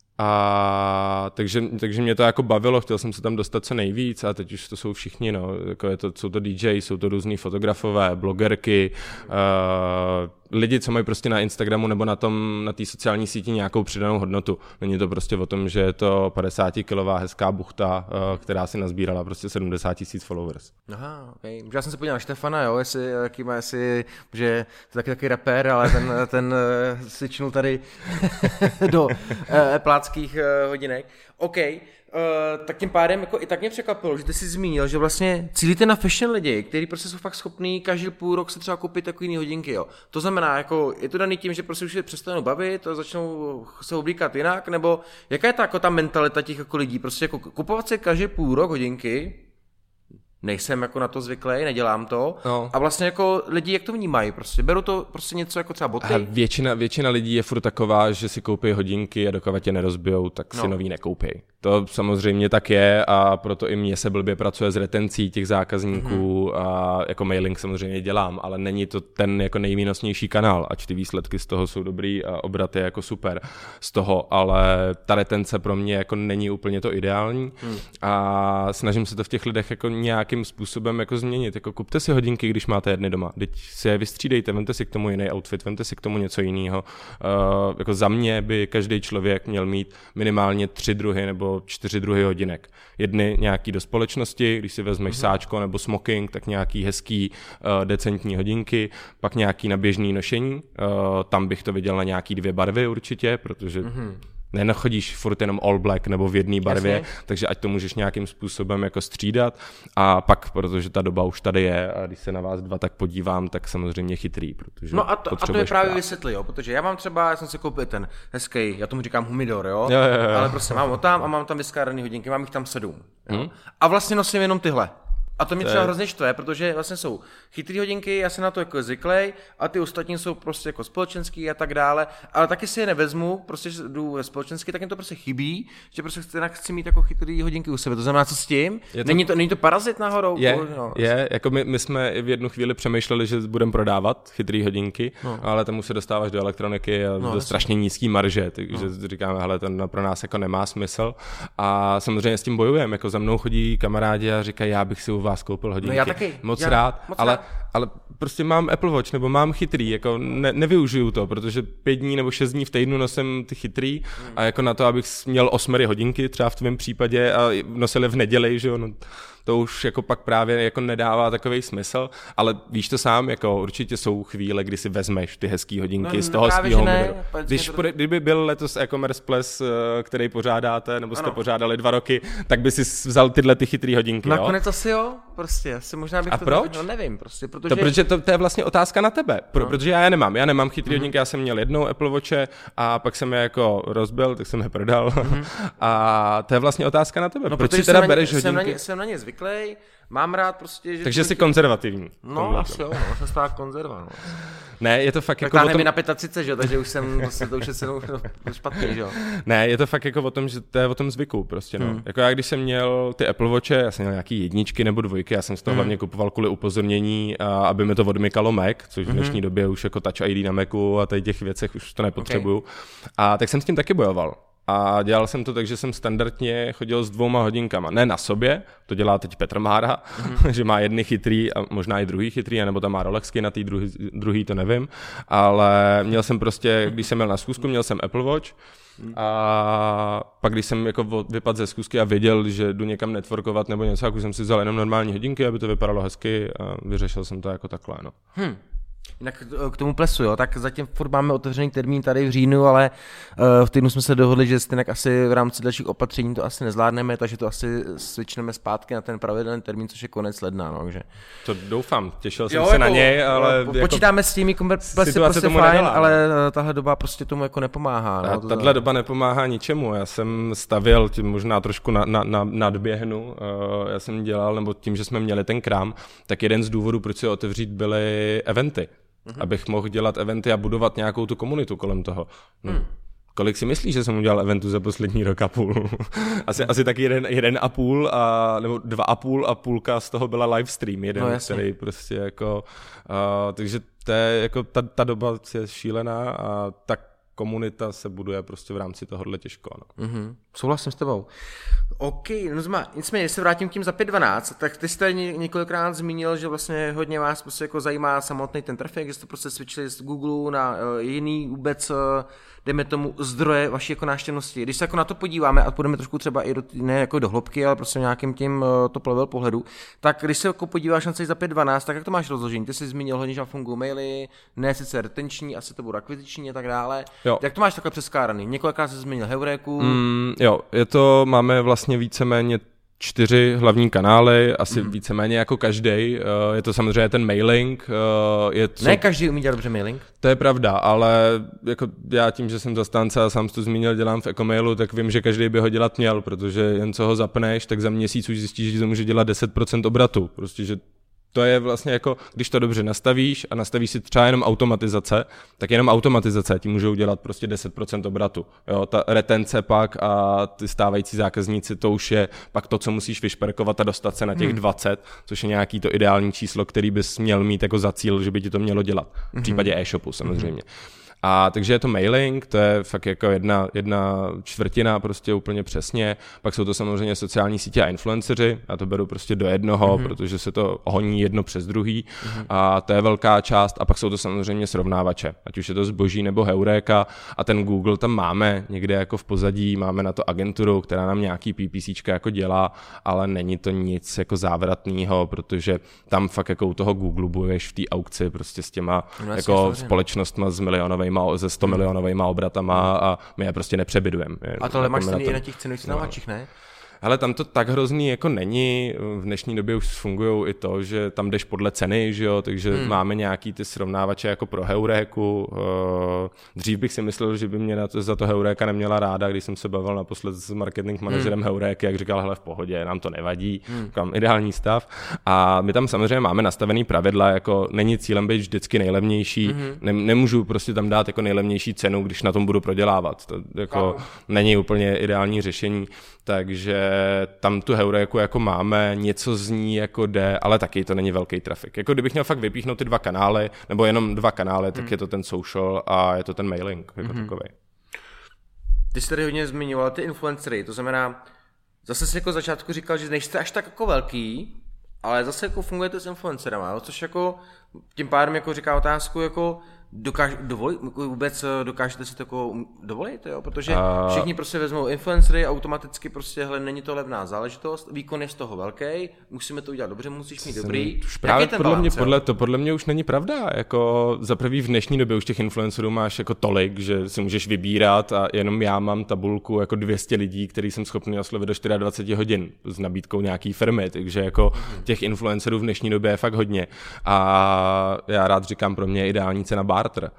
a takže, takže mě to jako bavilo, chtěl jsem se tam dostat co nejvíc a teď už to jsou všichni, no, jako je to, jsou to D J, jsou to různý fotografové, blogerky, uh, lidi, co mají prostě na Instagramu nebo na tom, na té sociální síti nějakou přidanou hodnotu. Není to prostě o tom, že je to padesátikilová hezká buchta, uh, která si nazbírala prostě sedmdesát tisíc followers. Aha, okay. Já jsem se podíval na Štefana, jo, jestli, jaký má, jestli, že to je taky taky rapper, ale ten, ten uh, svičnul tady do uh, pláckých uh, hodinek. OK. Uh, tak tím pádem jako i tak mě překvapilo, že ty jsi zmínil, že vlastně cílíte na fashion lidi, kteří prostě jsou fakt schopní každý půl rok se třeba koupit takový hodinky, jo. To znamená, jako je to daný tím, že prostě už je přestanou bavit a začnou se oblíkat jinak, nebo jaká je ta, jako ta mentalita těch jako lidí, prostě jako kupovat si každý půl rok hodinky, nejsem jako na to zvyklý, nedělám to. No. A vlastně jako lidi, jak to vnímají, prostě berou to prostě něco jako třeba boty. A většina, většina lidí je furt taková, že si koupí hodinky a dokud tě nerozbijou, tak si no. nový nekoupí. To samozřejmě tak je a proto i mně se blbě pracuje s retencí těch zákazníků mm-hmm. a jako mailing samozřejmě dělám, ale není to ten jako nejvýnosnější kanál, ač ty výsledky z toho jsou dobrý a obrat je jako super z toho, ale ta retence pro mě jako není úplně to ideální mm. a snažím se to v těch lidech jako nějakým způsobem jako změnit. Jako kupte si hodinky, když máte jedny doma. Teď si je vystřídejte, vemte si k tomu jiný outfit, vemte si k tomu něco jiného. Uh, jako za mě by každý člověk měl mít minimálně tři druhy nebo čtyři druhy hodinek. Jedny nějaký do společnosti, když si vezmeš mm-hmm. sáčko nebo smoking, tak nějaký hezký uh, decentní hodinky, pak nějaký na běžný nošení. Uh, tam bych to viděl na nějaký dvě barvy určitě, protože mm-hmm. nenachodíš furt jenom all black nebo v jedné barvě, Jasně. takže ať to můžeš nějakým způsobem jako střídat a pak, protože ta doba už tady je a když se na vás dva tak podívám, tak samozřejmě chytrý, protože No a to, a to je právě vysvětli, jo, protože já mám třeba, já jsem si koupil ten hezký, já tomu říkám humidor, jo, jo, jo, jo. ale prostě mám ho tam a mám tam vyskládaný hodinky, mám jich tam sedm, jo? Hmm. A vlastně nosím jenom tyhle. A to mě třeba hrozně štve, protože vlastně jsou chytrý hodinky, já jsem na to jako zvyklý a ty ostatní jsou prostě jako společenský a tak dále, ale taky si je nevezmu, prostě jdu ve společenský, tak jim to prostě chybí, že prostě chci, chci mít jako chytrý hodinky u sebe. To znamená, co s tím? To... Není, to, není to parazit náhodou? Je, no. je, jako my, my jsme v jednu chvíli přemýšleli, že budeme prodávat chytrý hodinky, no. ale tam už se dostáváš do elektroniky a no, do strašně nízký marže, takže no. říkáme, hele, to pro nás jako nemá smysl a samozřejmě s tím bojujeme, jako za mnou chodí kamarádi a říkají, já bych si u vás koupil hodinky. No já taky. Moc já, rád, moc ale, rád. ale prostě mám Apple Watch nebo mám chytrý, jako ne, nevyužiju to, protože pět dní nebo šest dní v týdnu nosím ty chytrý mm. a jako na to, abych měl osmery hodinky třeba v tvém případě a nosili v neděli, že jo, no, to už jako pak právě jako nedává takovej smysl, ale víš to sám, jako určitě jsou chvíle, kdy si vezmeš ty hezký hodinky no, z toho svýho modelu. Když to... kdyby byl letos e-commerce ples, který pořádáte, nebo jste ano. pořádali dva roky, tak by si vzal tyhle ty chytrý hodinky, Nakonec jo? asi jo, prostě, asi možná bych A to... proč? No nevím, prostě, protože... To, protože to, to je vlastně otázka na tebe, Pro, no. protože já je nemám, já nemám chytrý mm-hmm. hodinky, já jsem měl jednou Apple Watche a pak jsem je jako rozbil, tak jsem je prodal mm-hmm. a to je vlastně otázka na tebe, no, proč si teda ně, bereš jsem hodinky? Na ně, jsem na ně zvyklý, mám rád prostě, že... Takže jsi konzervativní. No, asi jo, no, jsem stává konzerva, no. Ne, je to fakt tak jako o tom... mi na třicet pět, že jo, takže už jsem, prostě, to už je cenou špatný, že jo. Ne, je to fakt jako o tom, že to je o tom zvyku prostě, no. Hmm. Jako já, když jsem měl ty Apple Watche, já jsem měl nějaký jedničky nebo dvojky, já jsem z toho hmm. hlavně kupoval kvůli upozornění, a aby mi to odmykalo Mac, což v dnešní hmm. době už jako Touch I D na Macu a tady těch věcech už to nepotřebuju. Okay. A tak jsem s tím taky bojoval. A dělal jsem to tak, že jsem standardně chodil s dvouma hodinkama. Ne na sobě, to dělá teď Petr Mára, mm-hmm. že má jedny chytrý a možná i druhý chytrý, nebo tam má Rolexky na té druhý, druhý, to nevím. Ale měl jsem prostě, když jsem měl na schůzku, měl jsem Apple Watch a pak když jsem jako vypadl ze schůzky a věděl, že jdu někam networkovat nebo něco, tak už jsem si vzal jenom normální hodinky, aby to vypadalo hezky a vyřešil jsem to jako takhle, no. Hmm. Jinak k tomu plesu, jo, tak zatím furt máme otevřený termín tady v říjnu, ale uh, v týdnu jsme se dohodli, že stejnak asi v rámci dalších opatření to asi nezvládneme, takže to asi switchneme zpátky na ten pravidelný termín, což je konec ledna, no, takže. To doufám, těšil jsem jo, se jako, na něj, ale po, jako počítáme s tím, jako plesy prostě fajn, nedělá, ale tahle doba prostě tomu jako nepomáhá. No, to tahle doba nepomáhá ničemu, já jsem stavěl, tím možná trošku na, na, na, nadběhnu, uh, já jsem dělal, nebo tím, že jsme měli ten krám, tak jeden z důvodů, proč si otevřít, byly eventy. Mm-hmm. Abych mohl dělat eventy a budovat nějakou tu komunitu kolem toho. No. Mm. Kolik si myslíš, že jsem udělal eventů za poslední rok a půl? asi, asi tak jeden, jeden a půl, a, nebo dva a půl a půlka z toho byla livestream, jeden, no, který prostě jako, uh, takže to je jako ta, ta doba je šílená a tak komunita se buduje prostě v rámci tohohle těžko. No. Mm-hmm. Souhlasím s tebou. OK, no zma, nicméně, když se vrátím k tím za pět dvanáct, tak ty jste několikrát zmínil, že vlastně hodně vás prostě jako zajímá samotný ten trafik, že jste prostě switchili z Google na uh, jiný vůbec, uh, dejme tomu, zdroje vaší jako návštěvnosti. Když se jako na to podíváme a půjdeme trošku třeba i do, ne jako do hloubky, ale prostě nějakým tím uh, top level pohledu, tak když se jako podíváš na celý za pět dvanáct, tak jak to máš rozložení? Ty jsi zmínil hodně, že fungují maily, ne sice retenční, asi to budou akviziční a tak dále. Jo. Jak to máš takhle přeskáraný? Několikrát jsi zmínil Heuréku. Mm, jo, je to, máme vlastně víceméně čtyři hlavní kanály, asi mm. víceméně jako každý. Je to samozřejmě ten mailing. Je co... Ne každý umí dělat dobře mailing. To je pravda, ale jako já tím, že jsem zastánce a sám to zmínil, dělám v Ecomailu, tak vím, že každý by ho dělat měl, protože jen co ho zapneš, tak za měsíc už zjistíš, že to může dělat deset procent obratu. Prostě, že to je vlastně jako, když to dobře nastavíš a nastavíš si třeba jenom automatizace, tak jenom automatizace ti můžou dělat prostě deset procent obratu. Jo, ta retence pak a ty stávající zákazníci, to už je pak to, co musíš vyšperkovat a dostat se na těch hmm. dvacet, což je nějaký to ideální číslo, který bys měl mít jako za cíl, že by ti to mělo dělat. V případě hmm. e-shopu samozřejmě. Hmm. A takže je to mailing, to je fakt jako jedna, jedna čtvrtina prostě úplně přesně, pak jsou to samozřejmě sociální sítě a influenceři, já to beru prostě do jednoho, mm-hmm. protože se to honí jedno přes druhý mm-hmm. a to je velká část a pak jsou to samozřejmě srovnávače, ať už je to zboží nebo Heuréka a ten Google tam máme někde jako v pozadí, máme na to agenturu, která nám nějaký PPCčka jako dělá, ale není to nic jako závratného, protože tam fakt jako u toho Google bojuješ v té aukci prostě s těma no, jako společnostma z milionovej ze sto milionovejma obratama a my je prostě nepřebydujeme. A tohle máš stejně i na těch cenových srovnávačích, ne? Ale tam to tak hrozný jako není, v dnešní době už fungují i to, že tam jdeš podle ceny, že jo, takže hmm. máme nějaký ty srovnávače jako pro Heuréku. Dřív bych si myslel, že by mě na to, za to Heuréka neměla ráda, když jsem se bavil naposled s marketing manažerem hmm. Heuréky, jak říkal, hele v pohodě, nám to nevadí, hmm. kam ideální stav. A my tam samozřejmě máme nastavený pravidla, jako není cílem být vždycky nejlevnější, hmm. ne, nemůžu prostě tam dát jako nejlevnější cenu, když na tom budu prodělávat. To jako Kámo. není úplně ideální řešení. Takže tam tu Heuréku jako máme, něco z ní jako jde, ale taky to není velký trafik. Jako kdybych měl fakt vypíchnout ty dva kanály, nebo jenom dva kanály, tak hmm. je to ten social a je to ten mailing jako hmm. takovej. Ty jsi tady hodně zmiňoval ty influencery, to znamená, zase jsi jako začátku říkal, že nejste až tak jako velký, ale zase jako funguje to s influencerama, což jako tím pádem jako říká otázku, jako Dokáž, dovolit, vůbec dokážete si to jako dovolit, jo? Protože uh, všichni prostě vezmou influencery, automaticky prostě, hele, není to levná záležitost, výkon je z toho velký, musíme to udělat dobře, musíš mít dobrý. Právě podle balance, mě, podle, to podle mě už není pravda, jako za prvý v dnešní době už těch influencerů máš jako tolik, že si můžeš vybírat a jenom já mám tabulku jako dvě stě lidí, který jsem schopný oslovit do dvacet čtyři hodin s nabídkou nějaký firmy, takže jako uh-huh. těch influencerů v dnešní době je fakt hodně a já rád říkám, pro mě je ideální cena barter.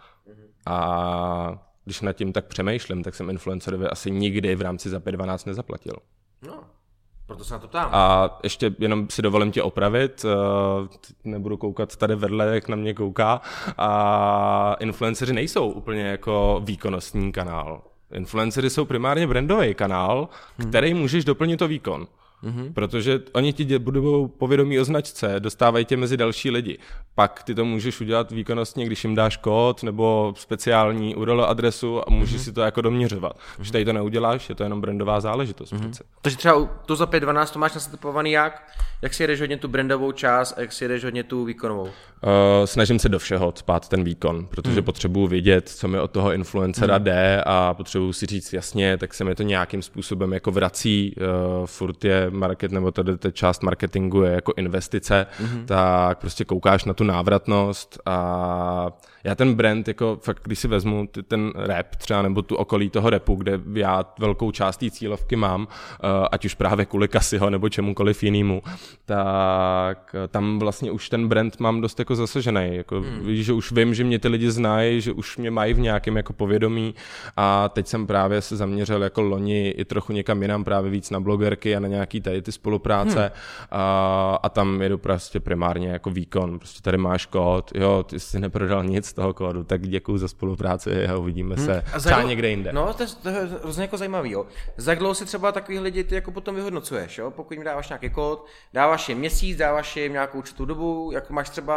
A když nad tím tak přemýšlím, tak jsem influencerovi asi nikdy v rámci za pět dvanáct nezaplatil. No, proto se na to ptám. A ještě jenom si dovolím tě opravit, nebudu koukat tady vedle, jak na mě kouká, a influenceři nejsou úplně jako výkonnostní kanál. Influenceři jsou primárně brandový kanál, hmm. který můžeš doplnit to výkon. Mm-hmm. Protože oni ti budou povědomí o značce, dostávají tě mezi další lidi. Pak ty to můžeš udělat výkonnostně, když jim dáš kód nebo speciální U R L adresu a můžeš mm-hmm. si to jako doměřovat. Mm-hmm. Když tady to neuděláš, je to jenom brandová záležitost. Mm-hmm. Přece. Takže třeba to za pět dvanáct to máš nasetupovaný jak? Jak si jedeš hodně tu brandovou část a jak si jedeš hodně tu výkonovou? Uh, snažím se do všeho cpát ten výkon, protože mm. potřebuji vědět, co mi od toho influencera mm. jde a potřebuji si říct jasně, tak se mi to nějakým způsobem jako vrací. Uh, furt je market, nebo tady ta část marketingu je jako investice, mm. tak prostě koukáš na tu návratnost a já ten brand, jako fakt, když si vezmu ten rap třeba, nebo tu okolí toho rapu, kde já velkou část té cílovky mám, ať už právě kvůli Kasiho nebo čemukoliv jinému, tak tam vlastně už ten brand mám dost jako zasažený. Jako, hmm. víš, že už vím, že mě ty lidi znají, že už mě mají v nějakém jako povědomí a teď jsem právě se zaměřil jako loni i trochu někam jinam, právě víc na blogerky a na nějaký tady ty spolupráce hmm. a, a tam jedu prostě primárně jako výkon. Prostě tady máš kód, jo, ty jsi neprodal nic z toho kódu, tak děkuju za spolupráci a uvidíme hmm. se a třeba někde jinde. No, to je, to je hrozně jako zajímavý, jo. Za dlouho si třeba takových lidí ty jako potom vyhodnocuješ, jo, pokud jim dáváš nějaký kód, dáváš jim měsíc, dáváš jim nějakou určitou dobu, jako máš třeba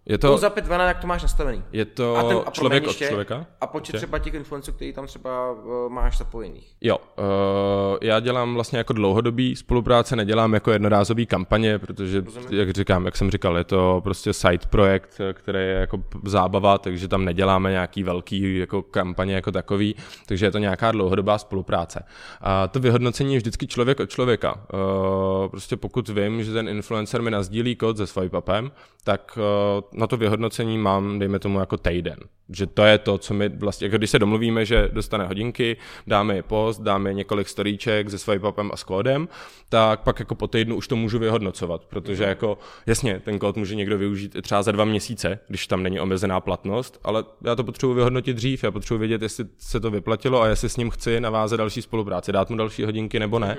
Je to... za pět dvanáct, jak to máš nastavený. Je to a ten, a člověk od člověka? A počet třeba těch influenců, který tam třeba uh, máš zapojených. Jo, uh, já dělám vlastně jako dlouhodobý spolupráce, nedělám jako jednorázový kampaně, protože, Rozumím. jak říkám, jak jsem říkal, je to prostě side projekt, který je jako zábava, takže tam neděláme nějaký velký jako kampaně jako takový, takže je to nějaká dlouhodobá spolupráce. A to vyhodnocení je vždycky člověk od člověka. Uh, prostě pokud vím, že ten influencer mi nazdílí kód se swipe-upem, tak uh, na to vyhodnocení mám, dejme tomu, jako týden. Že to je to, co my vlastně, jako když se domluvíme, že dostane hodinky, dáme je post, dáme několik storíček se swipe-upem a s kódem, tak pak jako po týdnu už to můžu vyhodnocovat, protože jako jasně, ten kód může někdo využít i třeba za dva měsíce, když tam není omezená platnost, ale já to potřebuji vyhodnotit dřív, já potřebuji vědět, jestli se to vyplatilo a jestli s ním chci navázat další spolupráci, dát mu další hodinky nebo ne.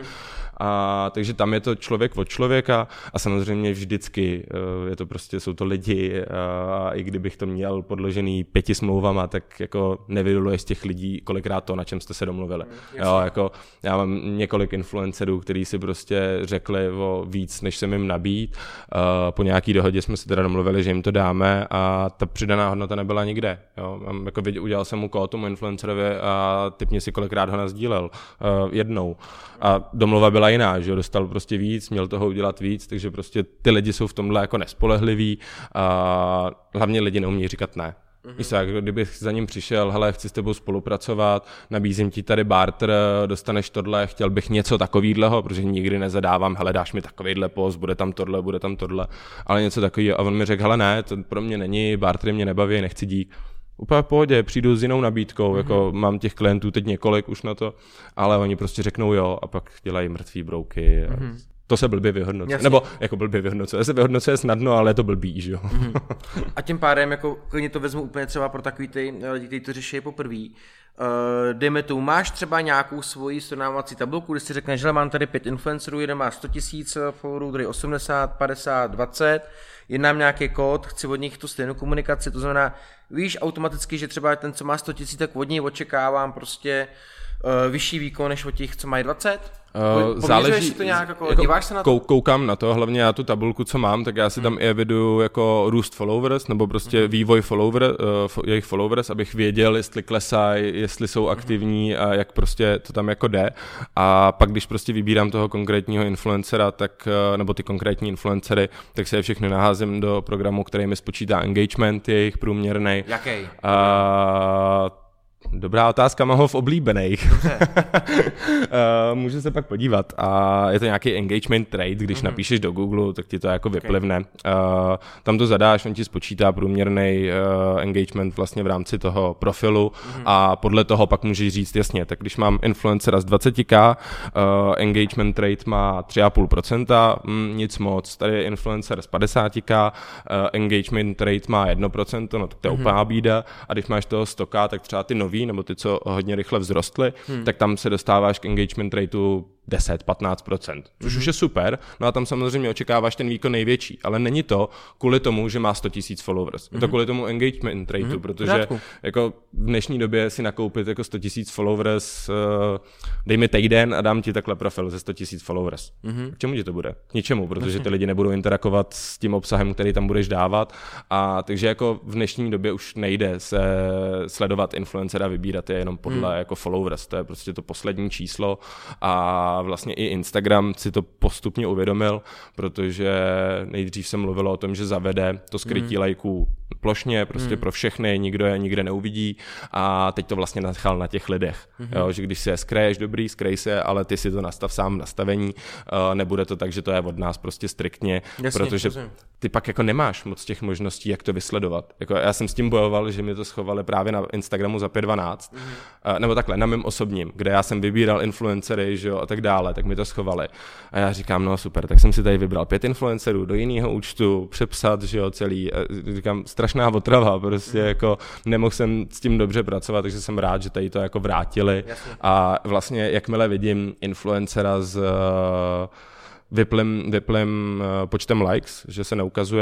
A takže tam je to člověk od člověka a samozřejmě vždycky je to prostě, jsou to lidi a i kdybych to měl podložený pěti smlouvama, tak jako nevydoluješ z těch lidí kolikrát to, na čem jste se domluvili. Jo, jako já mám několik influencerů, kteří si prostě řekli o víc, než jsem jim nabít. Po nějaký dohodě jsme se teda domluvili, že jim to dáme a ta přidaná hodnota nebyla nikde. Jo, mám, jako udělal jsem mu kód tomu influencerovi a typně si kolikrát ho nasdílel. Jednou. A domluva byla jiná, že jo, dostal prostě víc, měl toho udělat víc, takže prostě ty lidi jsou v tomhle jako nespolehliví a hlavně lidi neumí říkat ne. Mm-hmm. Víš, jak kdybych za ním přišel, hele, chci s tebou spolupracovat, nabízím ti tady barter, dostaneš tohle, chtěl bych něco takovýhleho, protože nikdy nezadávám, hele, dáš mi takovýhle post, bude tam tohle, bude tam tohle, ale něco takového. A on mi řekl, hele, ne, to pro mě není, bartery mě nebaví, nechci dík. Úplně v pohodě, přijdu s jinou nabídkou, mm-hmm. jako mám těch klientů teď několik už na to, ale oni prostě řeknou jo a pak dělají mrtvý brouky. A mm-hmm. To se blbě vyhodnocuje. Jasně. Nebo jako blbě vyhodnocuje. Se vyhodnocuje snadno, ale je to blbý, že jo. Mm-hmm. A tím pádem, jako klidně to vezmu úplně třeba pro takový ty lidi, kteří to řeší poprvé. Uh, dejme tu, máš třeba nějakou svoji srovnávací tabulku, kde si řekneš, že mám tady pět influencerů, jeden má sto tisíc followerů, druhý osmdesát, padesát, dvacet, jeden mám nějaký kód, chci od nich tu stejnou komunikaci, to znamená, víš automaticky, že třeba ten, co má sto tisíc, tak od něj očekávám prostě uh, vyšší výkon, než od těch, co mají dvacet? Uh, záleží, to nějak, jako, jako, díváš se na to? Koukám na to, hlavně já tu tabulku, co mám, tak já si tam hmm. i eviduju jako růst followers, nebo prostě hmm. vývoj follower, uh, jejich followers, abych věděl, jestli klesají, jestli jsou aktivní a jak prostě to tam jako jde. A pak, když prostě vybírám toho konkrétního influencera, tak, uh, nebo ty konkrétní influencery, tak se je všechny naházím do programu, který mi spočítá engagement, jejich průměrnej. Jaký? Uh, Dobrá otázka, mám ho v oblíbených. Můžu se pak podívat. A je to nějaký engagement rate, když mm-hmm. napíšeš do Google, tak ti to jako vyplivne. Okay. Uh, tam to zadáš, on ti spočítá průměrný uh, engagement vlastně v rámci toho profilu mm-hmm. a podle toho pak můžeš říct jasně, tak když mám influencera z dvacet tisíc, uh, engagement rate má tři celá pět procenta, mm, nic moc. Tady je influencer z padesát tisíc, uh, engagement rate má jedna procenta, no tak to je mm-hmm. úplná bída. A když máš toho sto tisíc, tak třeba ty nový, nebo ty, co hodně rychle vzrostly, hmm. tak tam se dostáváš k engagement rateu deset až patnáct procent, což mm-hmm. už je super, no a tam samozřejmě očekáváš ten výkon největší, ale není to kvůli tomu, že má sto tisíc followers, mm-hmm. je to kvůli tomu engagement rateu, mm-hmm. protože jako v dnešní době si nakoupit jako sto tisíc followers, uh, dej mi týden a dám ti takhle profil ze sto tisíc followers. Mm-hmm. K čemu ti to bude? K ničemu, protože ty lidi nebudou interagovat s tím obsahem, který tam budeš dávat, a takže jako v dnešní době už nejde se sledovat influencera, vybírat je jenom podle mm. jako followers, to je prostě to poslední číslo a vlastně i Instagram si to postupně uvědomil, protože nejdřív se mluvilo o tom, že zavede to skrytí mm. lajků plošně, prostě mm. pro všechny, nikdo je nikde neuvidí a teď to vlastně nechal na těch lidech, mm-hmm. jo, že když si je skreješ, dobrý, skrej se, ale ty si to nastav sám v nastavení, uh, nebude to tak, že to je od nás prostě striktně, jasně, protože jasně. ty pak jako nemáš moc těch možností, jak to vysledovat. Jako já jsem s tím bojoval, že mi to schovali právě na Instagramu za pět dvanáct, mm. uh, nebo takhle, na mém osobním, kde já jsem vybíral influencery, že jo, a tak dále, tak mi to schovali. A já říkám, no super, tak jsem si tady vybral pět influencerů do jiného účtu, přepsat, že jo, celý, a říkám, strašná otrava, prostě mm. jako nemohl jsem s tím dobře pracovat, takže jsem rád, že tady to jako vrátili. Jasně. A vlastně jakmile vidím influencera z vyplým, vyplým počtem likes, že se neukazuje,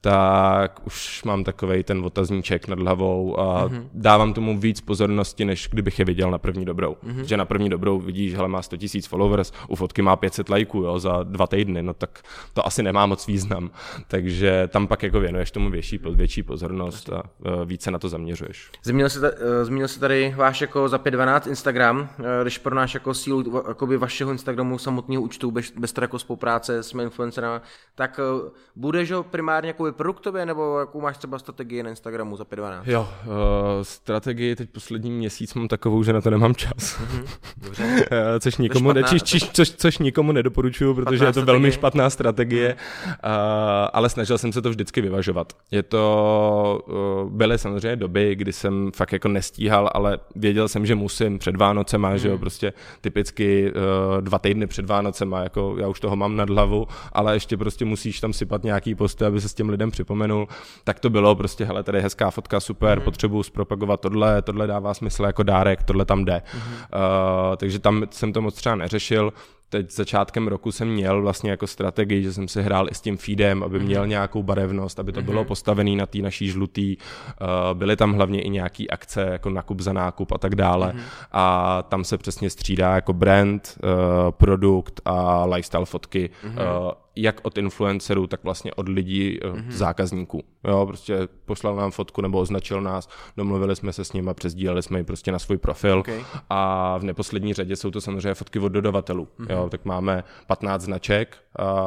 tak už mám takovej ten otazníček nad hlavou a mm-hmm. dávám tomu víc pozornosti, než kdybych je viděl na první dobrou. Mm-hmm. Že na první dobrou vidíš, hele, má sto tisíc followers, u fotky má pět set lajků, jo, za dva týdny, no tak to asi nemá moc význam. Takže tam pak jako věnuješ tomu větší, větší pozornost a uh, více na to zaměřuješ. Zmínil jsi, zmínil jsi tady váš jako za pět dvanáct Instagram, když pro náš jako sílu jakoby vašeho Instagramu samotného účtu, bez, bez toho jako spolupráce s influencerama, tak budeš ho primárně jako produktově, nebo jakou máš třeba strategii na Instagramu za pět dvanáct? Jo, uh, strategii teď poslední měsíc mám takovou, že na to nemám čas. Mm-hmm. Dobře. což, nikomu, špatná, ne, či, což, což nikomu nedoporučuju, protože je to velmi špatná strategie, mm. uh, ale snažil jsem se to vždycky vyvažovat. Je to, uh, byly samozřejmě doby, kdy jsem fakt jako nestíhal, ale věděl jsem, že musím před Vánocema, mm. že jo, prostě typicky uh, dva týdny před Vánocema, jako já už toho mám nad hlavu, ale ještě prostě musíš tam sypat nějaký posty, aby se s těm lidem připomenul. Tak to bylo prostě, hele, tady je hezká fotka, super, mm. potřebuji zpropagovat tohle, tohle dává smysl jako dárek, tohle tam jde. Mm. Uh, takže tam jsem to moc třeba neřešil. Teď začátkem roku jsem měl vlastně jako strategii, že jsem si hrál i s tím feedem, aby měl mm. nějakou barevnost, aby to mm. bylo postavené na té naší žlutý. Uh, byly tam hlavně i nějaký akce, jako nakup za nákup a tak dále. Mm. A tam se přesně střídá jako brand, uh, produkt a lifestyle fotky. Mm. Uh, jak od influencerů, tak vlastně od lidí, mm-hmm. zákazníků. Jo, prostě poslal nám fotku nebo označil nás, domluvili jsme se s nimi a přesdíleli jsme ji prostě na svůj profil. Okay. A v neposlední řadě jsou to samozřejmě fotky od dodavatelů. Mm-hmm. Jo, tak máme patnáct značek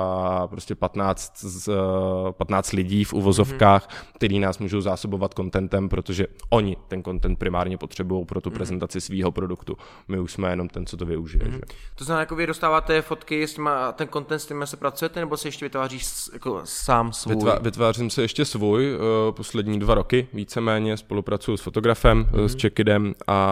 a prostě patnáct, z, patnáct lidí v uvozovkách, mm-hmm. který nás můžou zásobovat contentem, protože oni ten content primárně potřebují pro tu mm-hmm. prezentaci svýho produktu. My už jsme jenom ten, co to využije. Mm-hmm. Že? To znamená, jako vy dostáváte fotky s těma, ten content, s tím se pracujete, nebo si ještě vytváříš jako sám svůj? Vytvá, vytvářím se ještě svůj, uh, poslední dva roky víceméně, spolupracuju s fotografem, mm-hmm. s Čekidem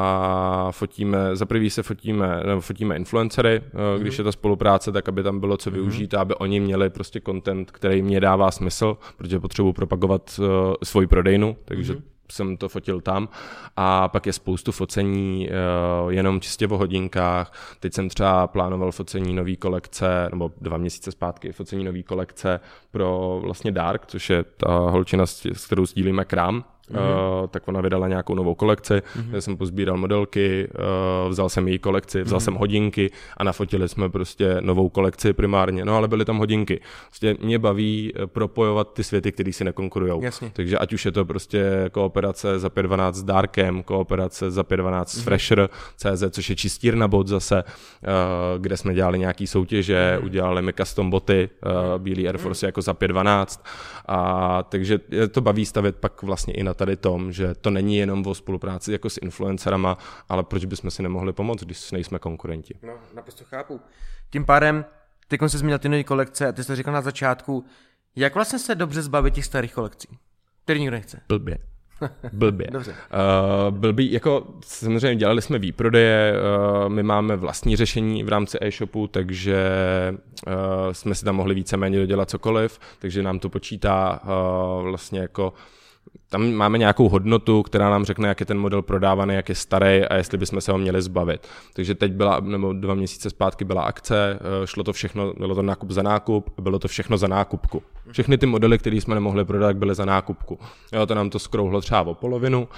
a fotíme, za prvý se fotíme, nebo fotíme influencery, uh, mm-hmm. když je ta spolupráce, tak aby tam bylo co využít mm-hmm. a aby oni měli prostě content, který mě dává smysl, protože potřebuji propagovat uh, svoji prodejnu, takže mm-hmm. jsem to fotil tam a pak je spoustu focení uh, jenom čistě o hodinkách. Teď jsem třeba plánoval focení nový kolekce, nebo dva měsíce zpátky focení nový kolekce pro vlastně Dark, což je ta holčina, s kterou sdílíme krám. Mm-hmm. Uh, tak ona vydala nějakou novou kolekci, mm-hmm. já jsem pozbíral modelky, uh, vzal jsem její kolekci, vzal mm-hmm. jsem hodinky a nafotili jsme prostě novou kolekci primárně, no ale byly tam hodinky. Prostě mě baví propojovat ty světy, které si nekonkurujou. Jasně. Takže ať už je to prostě kooperace za pět dvanáct s Darkem, kooperace za pět dvanáct mm-hmm. s Fresher tečka cé zet, což je čistírna bot zase, uh, kde jsme dělali nějaký soutěže, mm-hmm. udělali mi custom boty, uh, bílý Air Force mm-hmm. jako za pět dvanáct a takže je to baví stavět pak vlastně i na tady tom, že to není jenom o spolupráci jako s influencerama, ale proč bychom si nemohli pomoct, když nejsme konkurenti. No, naprosto chápu. Tím pádem, teď jsi zmínil ty nové kolekce a ty jsi to říkal na začátku, jak vlastně se dobře zbavit těch starých kolekcí, který nikdo nechce? Blbě. Blbě. Dobře. Uh, blbý, jako samozřejmě dělali jsme výprodeje, uh, my máme vlastní řešení v rámci e-shopu, takže uh, jsme si tam mohli víceméně dodělat cokoliv, takže nám to počítá uh, vlastně jako tam máme nějakou hodnotu, která nám řekne, jak je ten model prodávaný, jak je starý a jestli bychom se ho měli zbavit. Takže teď byla, nebo dva měsíce zpátky byla akce, šlo to všechno, bylo to nákup za nákup, bylo to všechno za nákupku. Všechny ty modely, které jsme nemohli prodat, byly za nákupku. Jo, to nám to skrouhlo třeba o polovinu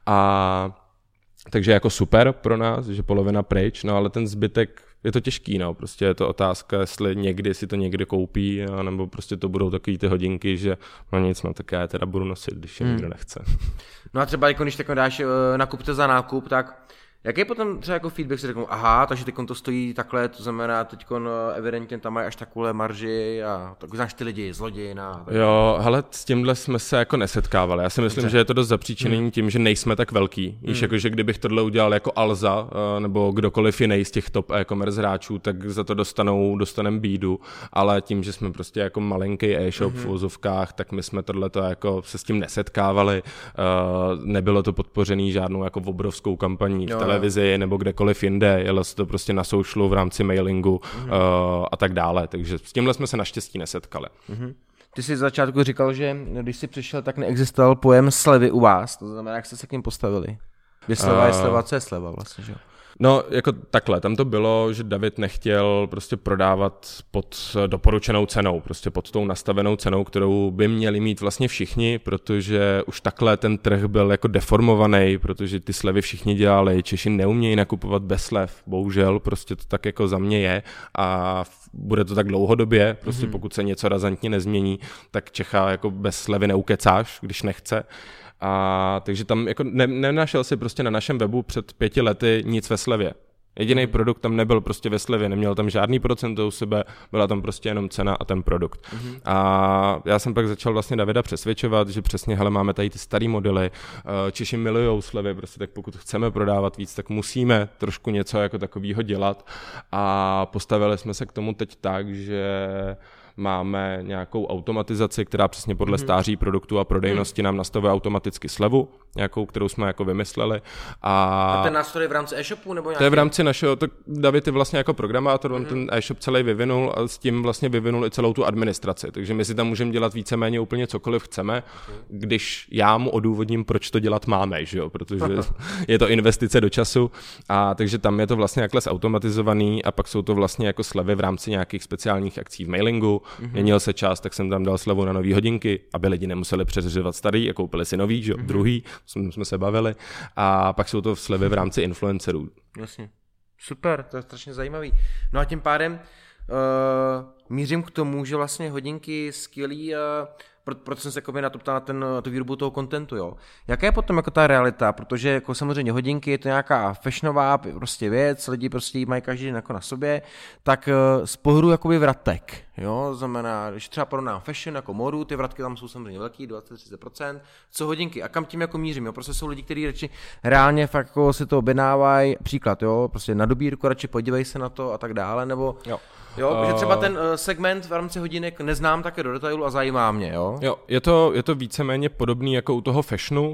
a takže jako super pro nás, že polovina pryč, no ale ten zbytek je to těžký, no, prostě je to otázka, jestli někdy si to někdy koupí, nebo prostě to budou takový ty hodinky, že no nic, no tak já je teda budu nosit, když je hmm. nikdo nechce. No a třeba jako když tak dáš nakupte za nákup, tak jaký je potom třeba jako feedback, si řeknou, aha, takže teď to stojí takhle, to znamená teď evidentně tam mají až takovou marži a tak znáš ty lidi, zlodějina. Tak... Jo, hele, s tímhle jsme se jako nesetkávali. Já si myslím, Dobře. že je to dost zapříčinění hmm. tím, že nejsme tak velký. Hmm. Víš, jako, že kdybych tohle udělal jako Alza nebo kdokoliv jiný z těch top e-commerce hráčů, tak za to dostanou, dostanem bídu, ale tím, že jsme prostě jako malinký e-shop hmm. v úzovkách, tak my jsme tohleto jako se s tím nesetkávali. Nebylo to podpořený žádnou jako obrovskou kampaní v televizi nebo kdekoliv jinde, jelo se to prostě na socialu v rámci mailingu mm-hmm. uh, a tak dále, takže s tímhle jsme se naštěstí nesetkali. Mm-hmm. Ty jsi z začátku říkal, že když jsi přišel, tak neexistoval pojem slevy u vás, to znamená, jak jste se k ním postavili? Je sleva, uh, je sleva, co je sleva vlastně, že? No, jako takhle, tam to bylo, že David nechtěl prostě prodávat pod doporučenou cenou, prostě pod tou nastavenou cenou, kterou by měli mít vlastně všichni, protože už takhle ten trh byl jako deformovaný, protože ty slevy všichni dělali, Češi neumějí nakupovat bez slev, bohužel, prostě to tak jako za mě je a bude to tak dlouhodobě, prostě mm-hmm. pokud se něco razantně nezmění, tak Čecha jako bez slevy neukecáš, když nechce. A takže tam jako ne, nenašel si prostě na našem webu před pěti lety nic ve slevě. Jediný produkt tam nebyl prostě ve slevě, neměl tam žádný procento u sebe, byla tam prostě jenom cena a ten produkt. Mm-hmm. A já jsem pak začal vlastně Davida přesvědčovat, že přesně, hele, máme tady ty starý modely, Češi milujou slevy, prostě tak pokud chceme prodávat víc, tak musíme trošku něco jako takového dělat. A postavili jsme se k tomu teď tak, že máme nějakou automatizaci, která přesně podle mm-hmm. stáří produktu a prodejnosti nám nastavuje automaticky slevu, nějakou, kterou jsme jako vymysleli. A, a ten nástroj je v rámci e-shopu? Nebo nějaký? To je v rámci našeho, tak David je vlastně jako programátor, mm-hmm. on ten e-shop celý vyvinul a s tím vlastně vyvinul i celou tu administraci, takže my si tam můžeme dělat víceméně úplně cokoliv chceme, okay. když já mu odůvodním, proč to dělat máme, že jo, protože je to investice do času a takže tam je to vlastně jakhle zautomatizovaný a pak jsou to vlastně jako slevy v rámci nějakých speciálních akcí v mailingu. Mm-hmm. Měnil se čas, tak jsem tam dal slevu na nový hodinky, aby lidi nemuseli přeřizovat starý a koupili si nový, že jo, mm-hmm. druhý, jsme se bavili. A pak jsou to slevy v rámci influencerů. Jasně. Super, to je strašně zajímavý. No a tím pádem uh, mířím k tomu, že vlastně hodinky skvělý, uh, proto, proto jsem se jako na to ptal na ten, tu výrobu toho kontentu, jo. Jaká je potom jako ta realita, protože jako samozřejmě hodinky je to nějaká fashionová prostě věc, lidi prostě ji mají každý den jako na sobě, tak uh, z pohledu jakoby vratek, jo, znamená, když třeba porovnám fashion jako modu, ty vratky tam jsou samozřejmě velký, dvacet až třicet procent, co hodinky a kam tím jako mířím, jo, prostě jsou lidi, kteří radši reálně fakt jako si to objednávají, příklad, jo, prostě na dobírku, radši podívej se na to a tak dále, nebo jo. Jo, uh, že třeba ten segment v rámci hodinek neznám také do detailu a zajímá mě, jo? Jo, je to, je to víceméně podobný jako u toho fashionu,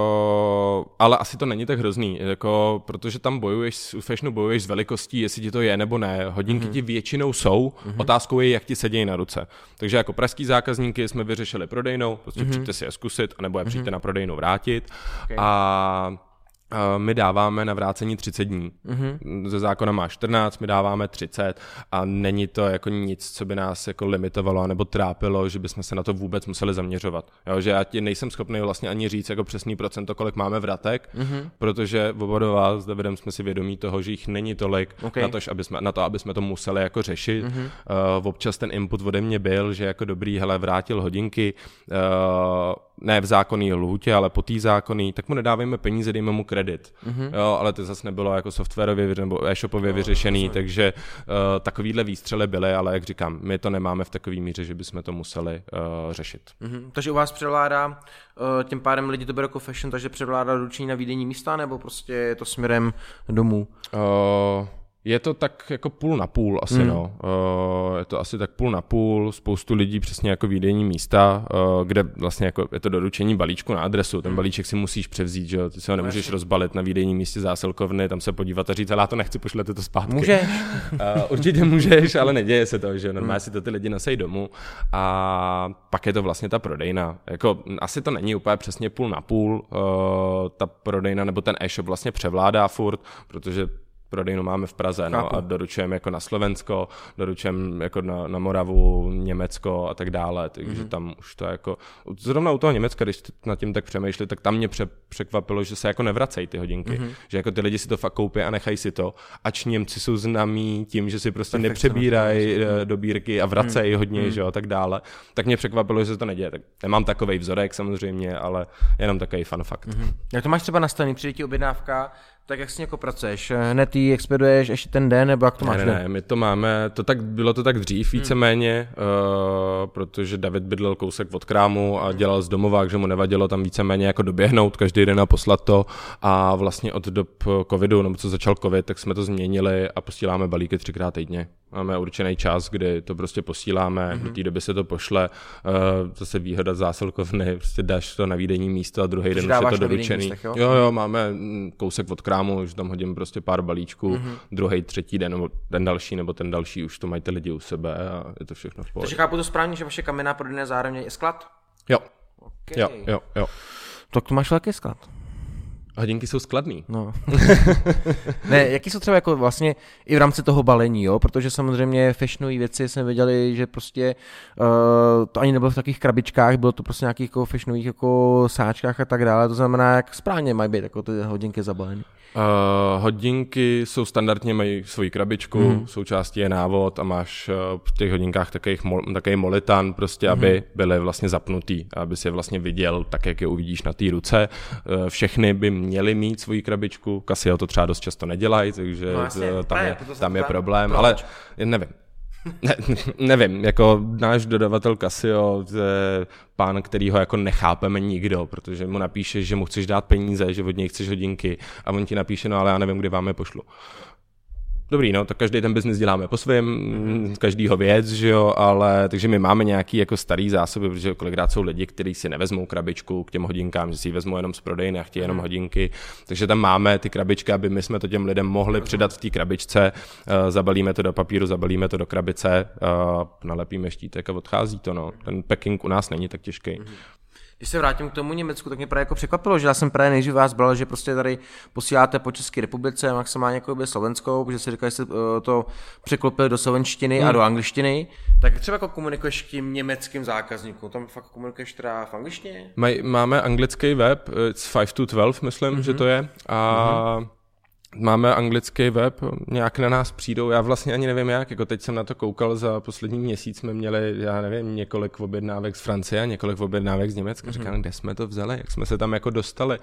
uh, ale asi to není tak hrozný, jako, protože tam bojuješ, u fashionu bojuješ s velikostí, jestli ti to je nebo ne. Hodinky mm-hmm. ti většinou jsou, mm-hmm. otázkou je, jak ti sedějí na ruce. Takže jako pražský zákazníky jsme vyřešili prodejnou, prostě mm-hmm. přijďte si je zkusit, anebo je přijďte mm-hmm. na prodejnou vrátit. Okay. A my dáváme na vrácení třicet dní. Mm-hmm. Ze zákona má čtrnáct, my dáváme třicet a není to jako nic, co by nás jako limitovalo nebo trápilo, že bychom se na to vůbec museli zaměřovat. Jo, že já ti nejsem schopný vlastně ani říct jako přesný procento, kolik máme vratek, mm-hmm. protože oba dva s Davidem jsme si vědomí toho, že jich není tolik okay. na, to, aby jsme, na to, aby jsme to museli jako řešit. Mm-hmm. Uh, občas ten input ode mě byl, že jako dobrý, hele, vrátil hodinky, uh, ne v zákonný lhůtě, ale po té zákonný, tak mu nedávejme peníze, dejme mu kredit. Mm-hmm. Jo, ale to zase nebylo jako softwarově nebo e-shopově no, vyřešený, no, takže uh, takovýhle výstřely byly, ale jak říkám, my to nemáme v takový míře, že bychom to museli uh, řešit. Mm-hmm. Takže u vás převládá, uh, tím pádem lidi to berou jako fashion, takže převládá doručení na výdejní místa, nebo prostě je to směrem domů? Uh... Je to tak jako půl na půl asi, hmm. no. Uh, je to asi tak půl na půl, spoustu lidí přesně jako výdejní místa, uh, kde vlastně jako je to doručení balíčku na adresu, ten balíček si musíš převzít, že jo, ty si ho nemůžeš rozbalit na výdejním místě zásilkovny, tam se podívat a říct, ale já to nechci, pošlete to zpátky. Můžeš. Uh, určitě můžeš, ale neděje se to, že normálně hmm. si to ty lidi nosejí domů a pak je to vlastně ta prodejna. Jako asi to není úplně přesně půl na půl, uh, ta prodejna nebo ten e-shop vlastně převládá furt, protože prodejnu máme v Praze, no, a doručujeme jako na Slovensko, doručujeme jako na, na Moravu, Německo a tak dále, takže mm-hmm. tam už to jako, zrovna u toho Německa, když nad tím tak přemýšleli, tak tam mě pře- překvapilo, že se jako nevracejí ty hodinky, mm-hmm. že jako ty lidi si to fakt koupí a nechají si to, ač Němci jsou známí tím, že si prostě nepřebírají dobírky a vracejí mm-hmm. hodně, mm-hmm. že jo, a tak dále, tak mě překvapilo, že se to neděje, tak nemám takovej vzorek samozřejmě, ale jenom takový fun fact. Mm-hmm. Jak to máš třeba nastavený, přijde ti objednávka, tak jak s ní jako pracuješ? Hned ji expeduješ ještě ten den, nebo jak to máš? Ne, ne, ne, my to máme, to tak, bylo to tak dřív víceméně, hmm. uh, protože David bydlel kousek od krámu a dělal z domova, takže mu nevadilo tam víceméně jako doběhnout každý den a poslat to a vlastně od dob covidu, nebo co začal covid, tak jsme to změnili a posíláme balíky třikrát týdně. Máme určený čas, kdy to prostě posíláme, mm-hmm. do té doby se to pošle, uh, zase výhoda zásilkovny, prostě dáš to na výdejní místo a druhý den už je to doručený. Místech, jo? jo, jo, máme kousek od krámu, že tam hodím prostě pár balíčků, mm-hmm. druhý, třetí den, nebo ten další, nebo ten další, už to mají ty lidi u sebe a je to všechno v pohodě. Takže chápu to správně, že vaše kamenná prodejna zároveň je sklad? Jo. Okay. jo, jo, jo. Tak to máš velký sklad. Hodinky jsou skladný. No. Ne, jaký jsou třeba jako vlastně i v rámci toho balení, jo? Protože samozřejmě fashionové věci jsme věděli, že prostě uh, to ani nebylo v takových krabičkách, bylo to prostě nějakých jako fashionových jako sáčkách a tak dále, to znamená, jak správně mají být jako ty hodinky zabalený. Uh, hodinky jsou standardně, mají svoji krabičku, hmm. součástí je návod a máš uh, v těch hodinkách takových mol, takový molitan, prostě, hmm. aby byly vlastně zapnutý, aby si je vlastně viděl tak, jak je uvidíš na té ruce. Uh, všechny by měly mít svoji krabičku, Casio to třeba dost často nedělají, takže no, jasně, tam, ne, je, tam, tam je problém, proč? Ale nevím. Ne, nevím, jako náš dodavatel Casio, pán, který ho jako nechápeme nikdo, protože mu napíšeš, že mu chceš dát peníze, že od něj chceš hodinky a on ti napíše, no ale já nevím, kdy vám je pošlu. Dobrý, no, tak každý ten biznis děláme po svém, každýho věc, že jo, ale takže my máme nějaký jako starý zásoby, protože kolikrát jsou lidi, kteří si nevezmou krabičku k těm hodinkám, že si ji vezmou jenom z prodejny a chtějí jenom hodinky, takže tam máme ty krabičky, aby my jsme to těm lidem mohli přidat v té krabičce, uh, zabalíme to do papíru, zabalíme to do krabice, uh, nalepíme štítek a odchází to, no. Ten packing u nás není tak těžký. Když se vrátím k tomu Německu, tak mě právě jako překvapilo, že já jsem právě nejdřív vás bral, že prostě tady posíláte po České republice, maximálně jako by slovenskou, protože si říkali, že jste to překlopili do slovenštiny hmm. a do angličtiny, tak třeba jako komunikuješ k tím německým zákazníkům, tam fakt komunikuješ teda v angličtině? Maj, máme anglický web, it's five to twelve, myslím, mm-hmm. že to je, a mm-hmm. máme anglický web, nějak na nás přijdou, já vlastně ani nevím jak, jako teď jsem na to koukal, za poslední měsíc jsme měli, já nevím, několik objednávek z Francie a několik objednávek z Německa, mm-hmm. říkám, kde jsme to vzali, jak jsme se tam jako dostali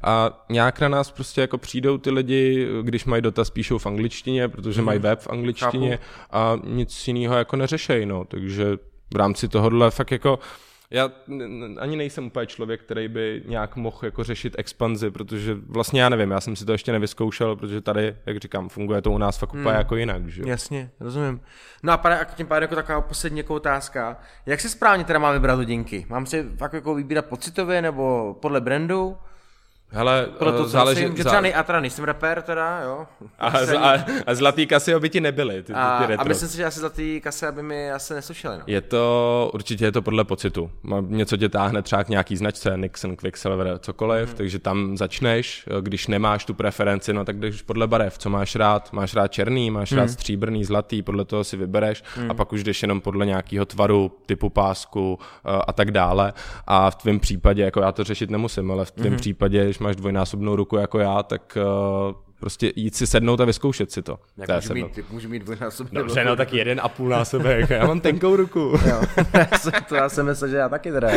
a nějak na nás prostě jako přijdou ty lidi, když mají dotaz, píšou v angličtině, protože mm-hmm. mají web v angličtině Chápu. A nic jiného jako neřešej, no, takže v rámci tohohle fakt jako já ani nejsem úplně člověk, který by nějak mohl jako řešit expanzi, protože vlastně já nevím, já jsem si to ještě nevyzkoušel, protože tady, jak říkám, funguje to u nás fakt úplně hmm. jako jinak, že? Jasně, rozumím. No a pár, tím pádem jako taková poslední jako otázka, jak si správně teda mám vybrat hodinky? Mám si fakt jako vybírat pocitově nebo podle brandu? Hele, to, záleží... Že třeba nej, a teda nejsem rapper teda, jo. A, a, a zlatý Casio by ti nebyly, ty, ty, ty a, retro. A myslím si, že asi zlatý Casio by mi asi neslušely, no. Je to, určitě je to podle pocitu. Něco tě táhne třeba k nějaký značce, Nixon, Quicksilver, cokoliv, hmm. takže tam začneš, když nemáš tu preferenci, no tak jdeš podle barev, co máš rád. Máš rád černý, máš hmm. rád stříbrný, zlatý, podle toho si vybereš hmm. a pak už jdeš jenom podle nějakého tvaru, typu pásku a tak dále. A v tvém případě, jako já to řešit nemusím, ale v tvém hmm. případě, když máš dvojnásobnou ruku jako já, tak uh, prostě jít si sednout a vyzkoušet si to. Jak můžu mít, ty, můžu mít dvojnásobnou Dobře, no tak jeden a půl násobek, já mám tenkou ruku. Jo, to já jsem myslel, že já taky teda.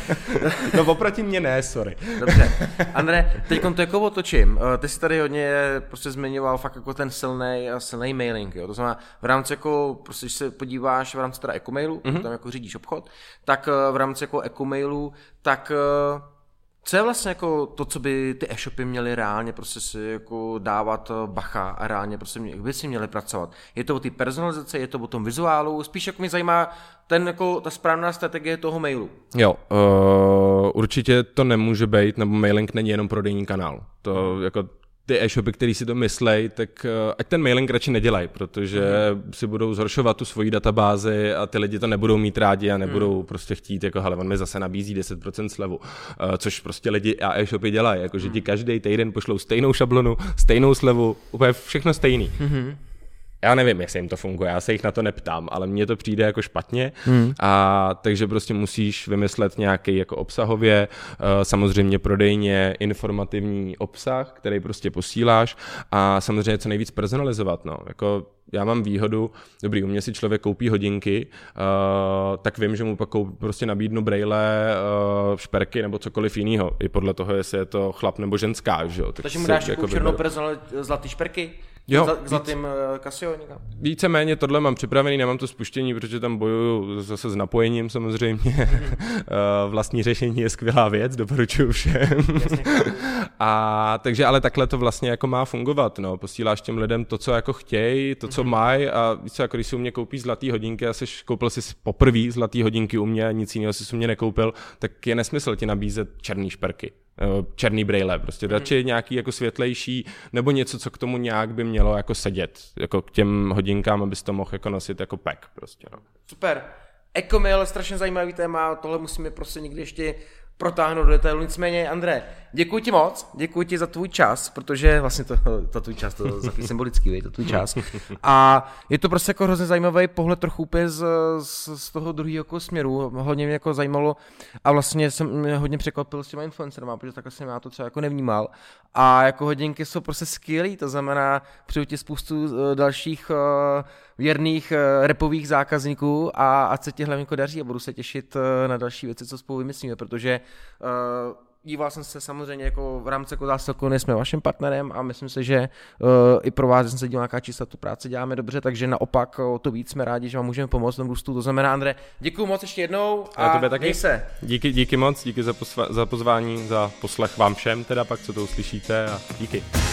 No oproti mě ne, sorry. Dobře, Andre, teď to jako otočím. Ty jsi tady hodně prostě zmiňoval fakt jako ten silný, silný mailing, jo. To znamená v rámci jako, prostě když se podíváš v rámci teda ekomailu, mm-hmm. tam jako řídíš obchod, tak v rámci jako ekomailu, tak co je vlastně jako to, co by ty e-shopy měly reálně prostě si jako dávat bacha a reálně prostě mě, by si měli pracovat? Je to o té personalizaci, je to o tom vizuálu? Spíš jako mě zajímá ten jako ta správná strategie toho mailu. Jo, uh, určitě to nemůže být, nebo mailing není jenom prodejní kanál. To jako ty e-shopy, který si to myslej, tak ať ten mailing radši nedělají, protože mm. si budou zhoršovat tu svoji databázi a ty lidi to nebudou mít rádi a nebudou mm. prostě chtít, jako hele, on mi zase nabízí deset procent slevu, uh, což prostě lidi a e-shopy dělají, jakože mm. ti každý týden pošlou stejnou šablonu, stejnou slevu, úplně všechno stejný. Mm-hmm. Já nevím, jestli jim to funguje, já se jich na to neptám, ale mně to přijde jako špatně hmm. a takže prostě musíš vymyslet nějaký jako obsahově, samozřejmě prodejně informativní obsah, který prostě posíláš a samozřejmě co nejvíc personalizovat, no, jako já mám výhodu, dobrý, u mě si člověk koupí hodinky, uh, tak vím, že mu pak koup, prostě nabídnu brejle, uh, šperky nebo cokoliv jiného, i podle toho, jestli je to chlap nebo ženská, že jo. Tak takže mu dáš jako černou personali- zlatý šperky? Jo, Za, za tím uh, Casio někam? Víceméně tohle mám připravený, nemám to spuštění, protože tam bojuju zase s napojením samozřejmě. Vlastní řešení je skvělá věc, doporučuji všem. A takže ale takhle to vlastně jako má fungovat, no. Posíláš těm lidem to, co jako chtějí, to, co mají a víš co, jako když si u mě koupíš zlatý hodinky a jsi koupil si poprvé zlatý hodinky u mě a nic jiného si u mě nekoupil, tak je nesmysl ti nabízet černý šperky. Černý brejle, prostě radši nějaký jako světlejší, nebo něco, co k tomu nějak by mělo jako sedět, jako k těm hodinkám, abys to mohl jako nosit jako pack prostě, no. Super. Ecomail, strašně zajímavý téma, tohle musíme prostě někdy ještě protáhnout do detailu. Nicméně, André, děkuji ti moc, děkuji ti za tvůj čas, protože vlastně to, to tvůj čas, to je takový symbolický, víš, to tvůj čas. A je to prostě jako hrozně zajímavý pohled trochu úplně z, z, z toho druhého jako směru, hodně mě jako zajímalo a vlastně jsem mě hodně překvapil s těma influencerama, protože takhle jsem já to třeba jako nevnímal. A jako hodinky jsou prostě skvělý, to znamená, přijdu ti spoustu dalších uh, věrných uh, rapových zákazníků a ať se ti hlavně jako daří a budu se těšit uh, na další věci, co spolu vymyslíme, protože uh, díval jsem se samozřejmě jako v rámci jako Zásilkovny, jsme vaším partnerem a myslím si, že uh, i pro vás, jsem se díval nějaká čísla, tu práci děláme dobře, takže naopak o to víc jsme rádi, že vám můžeme pomoct v tom růstu. To znamená, Andre, děkuji moc ještě jednou a, a tobě taky. Se. Díky, díky moc, díky za, pozva- za pozvání, za poslech vám všem, teda pak co to uslyšíte a díky.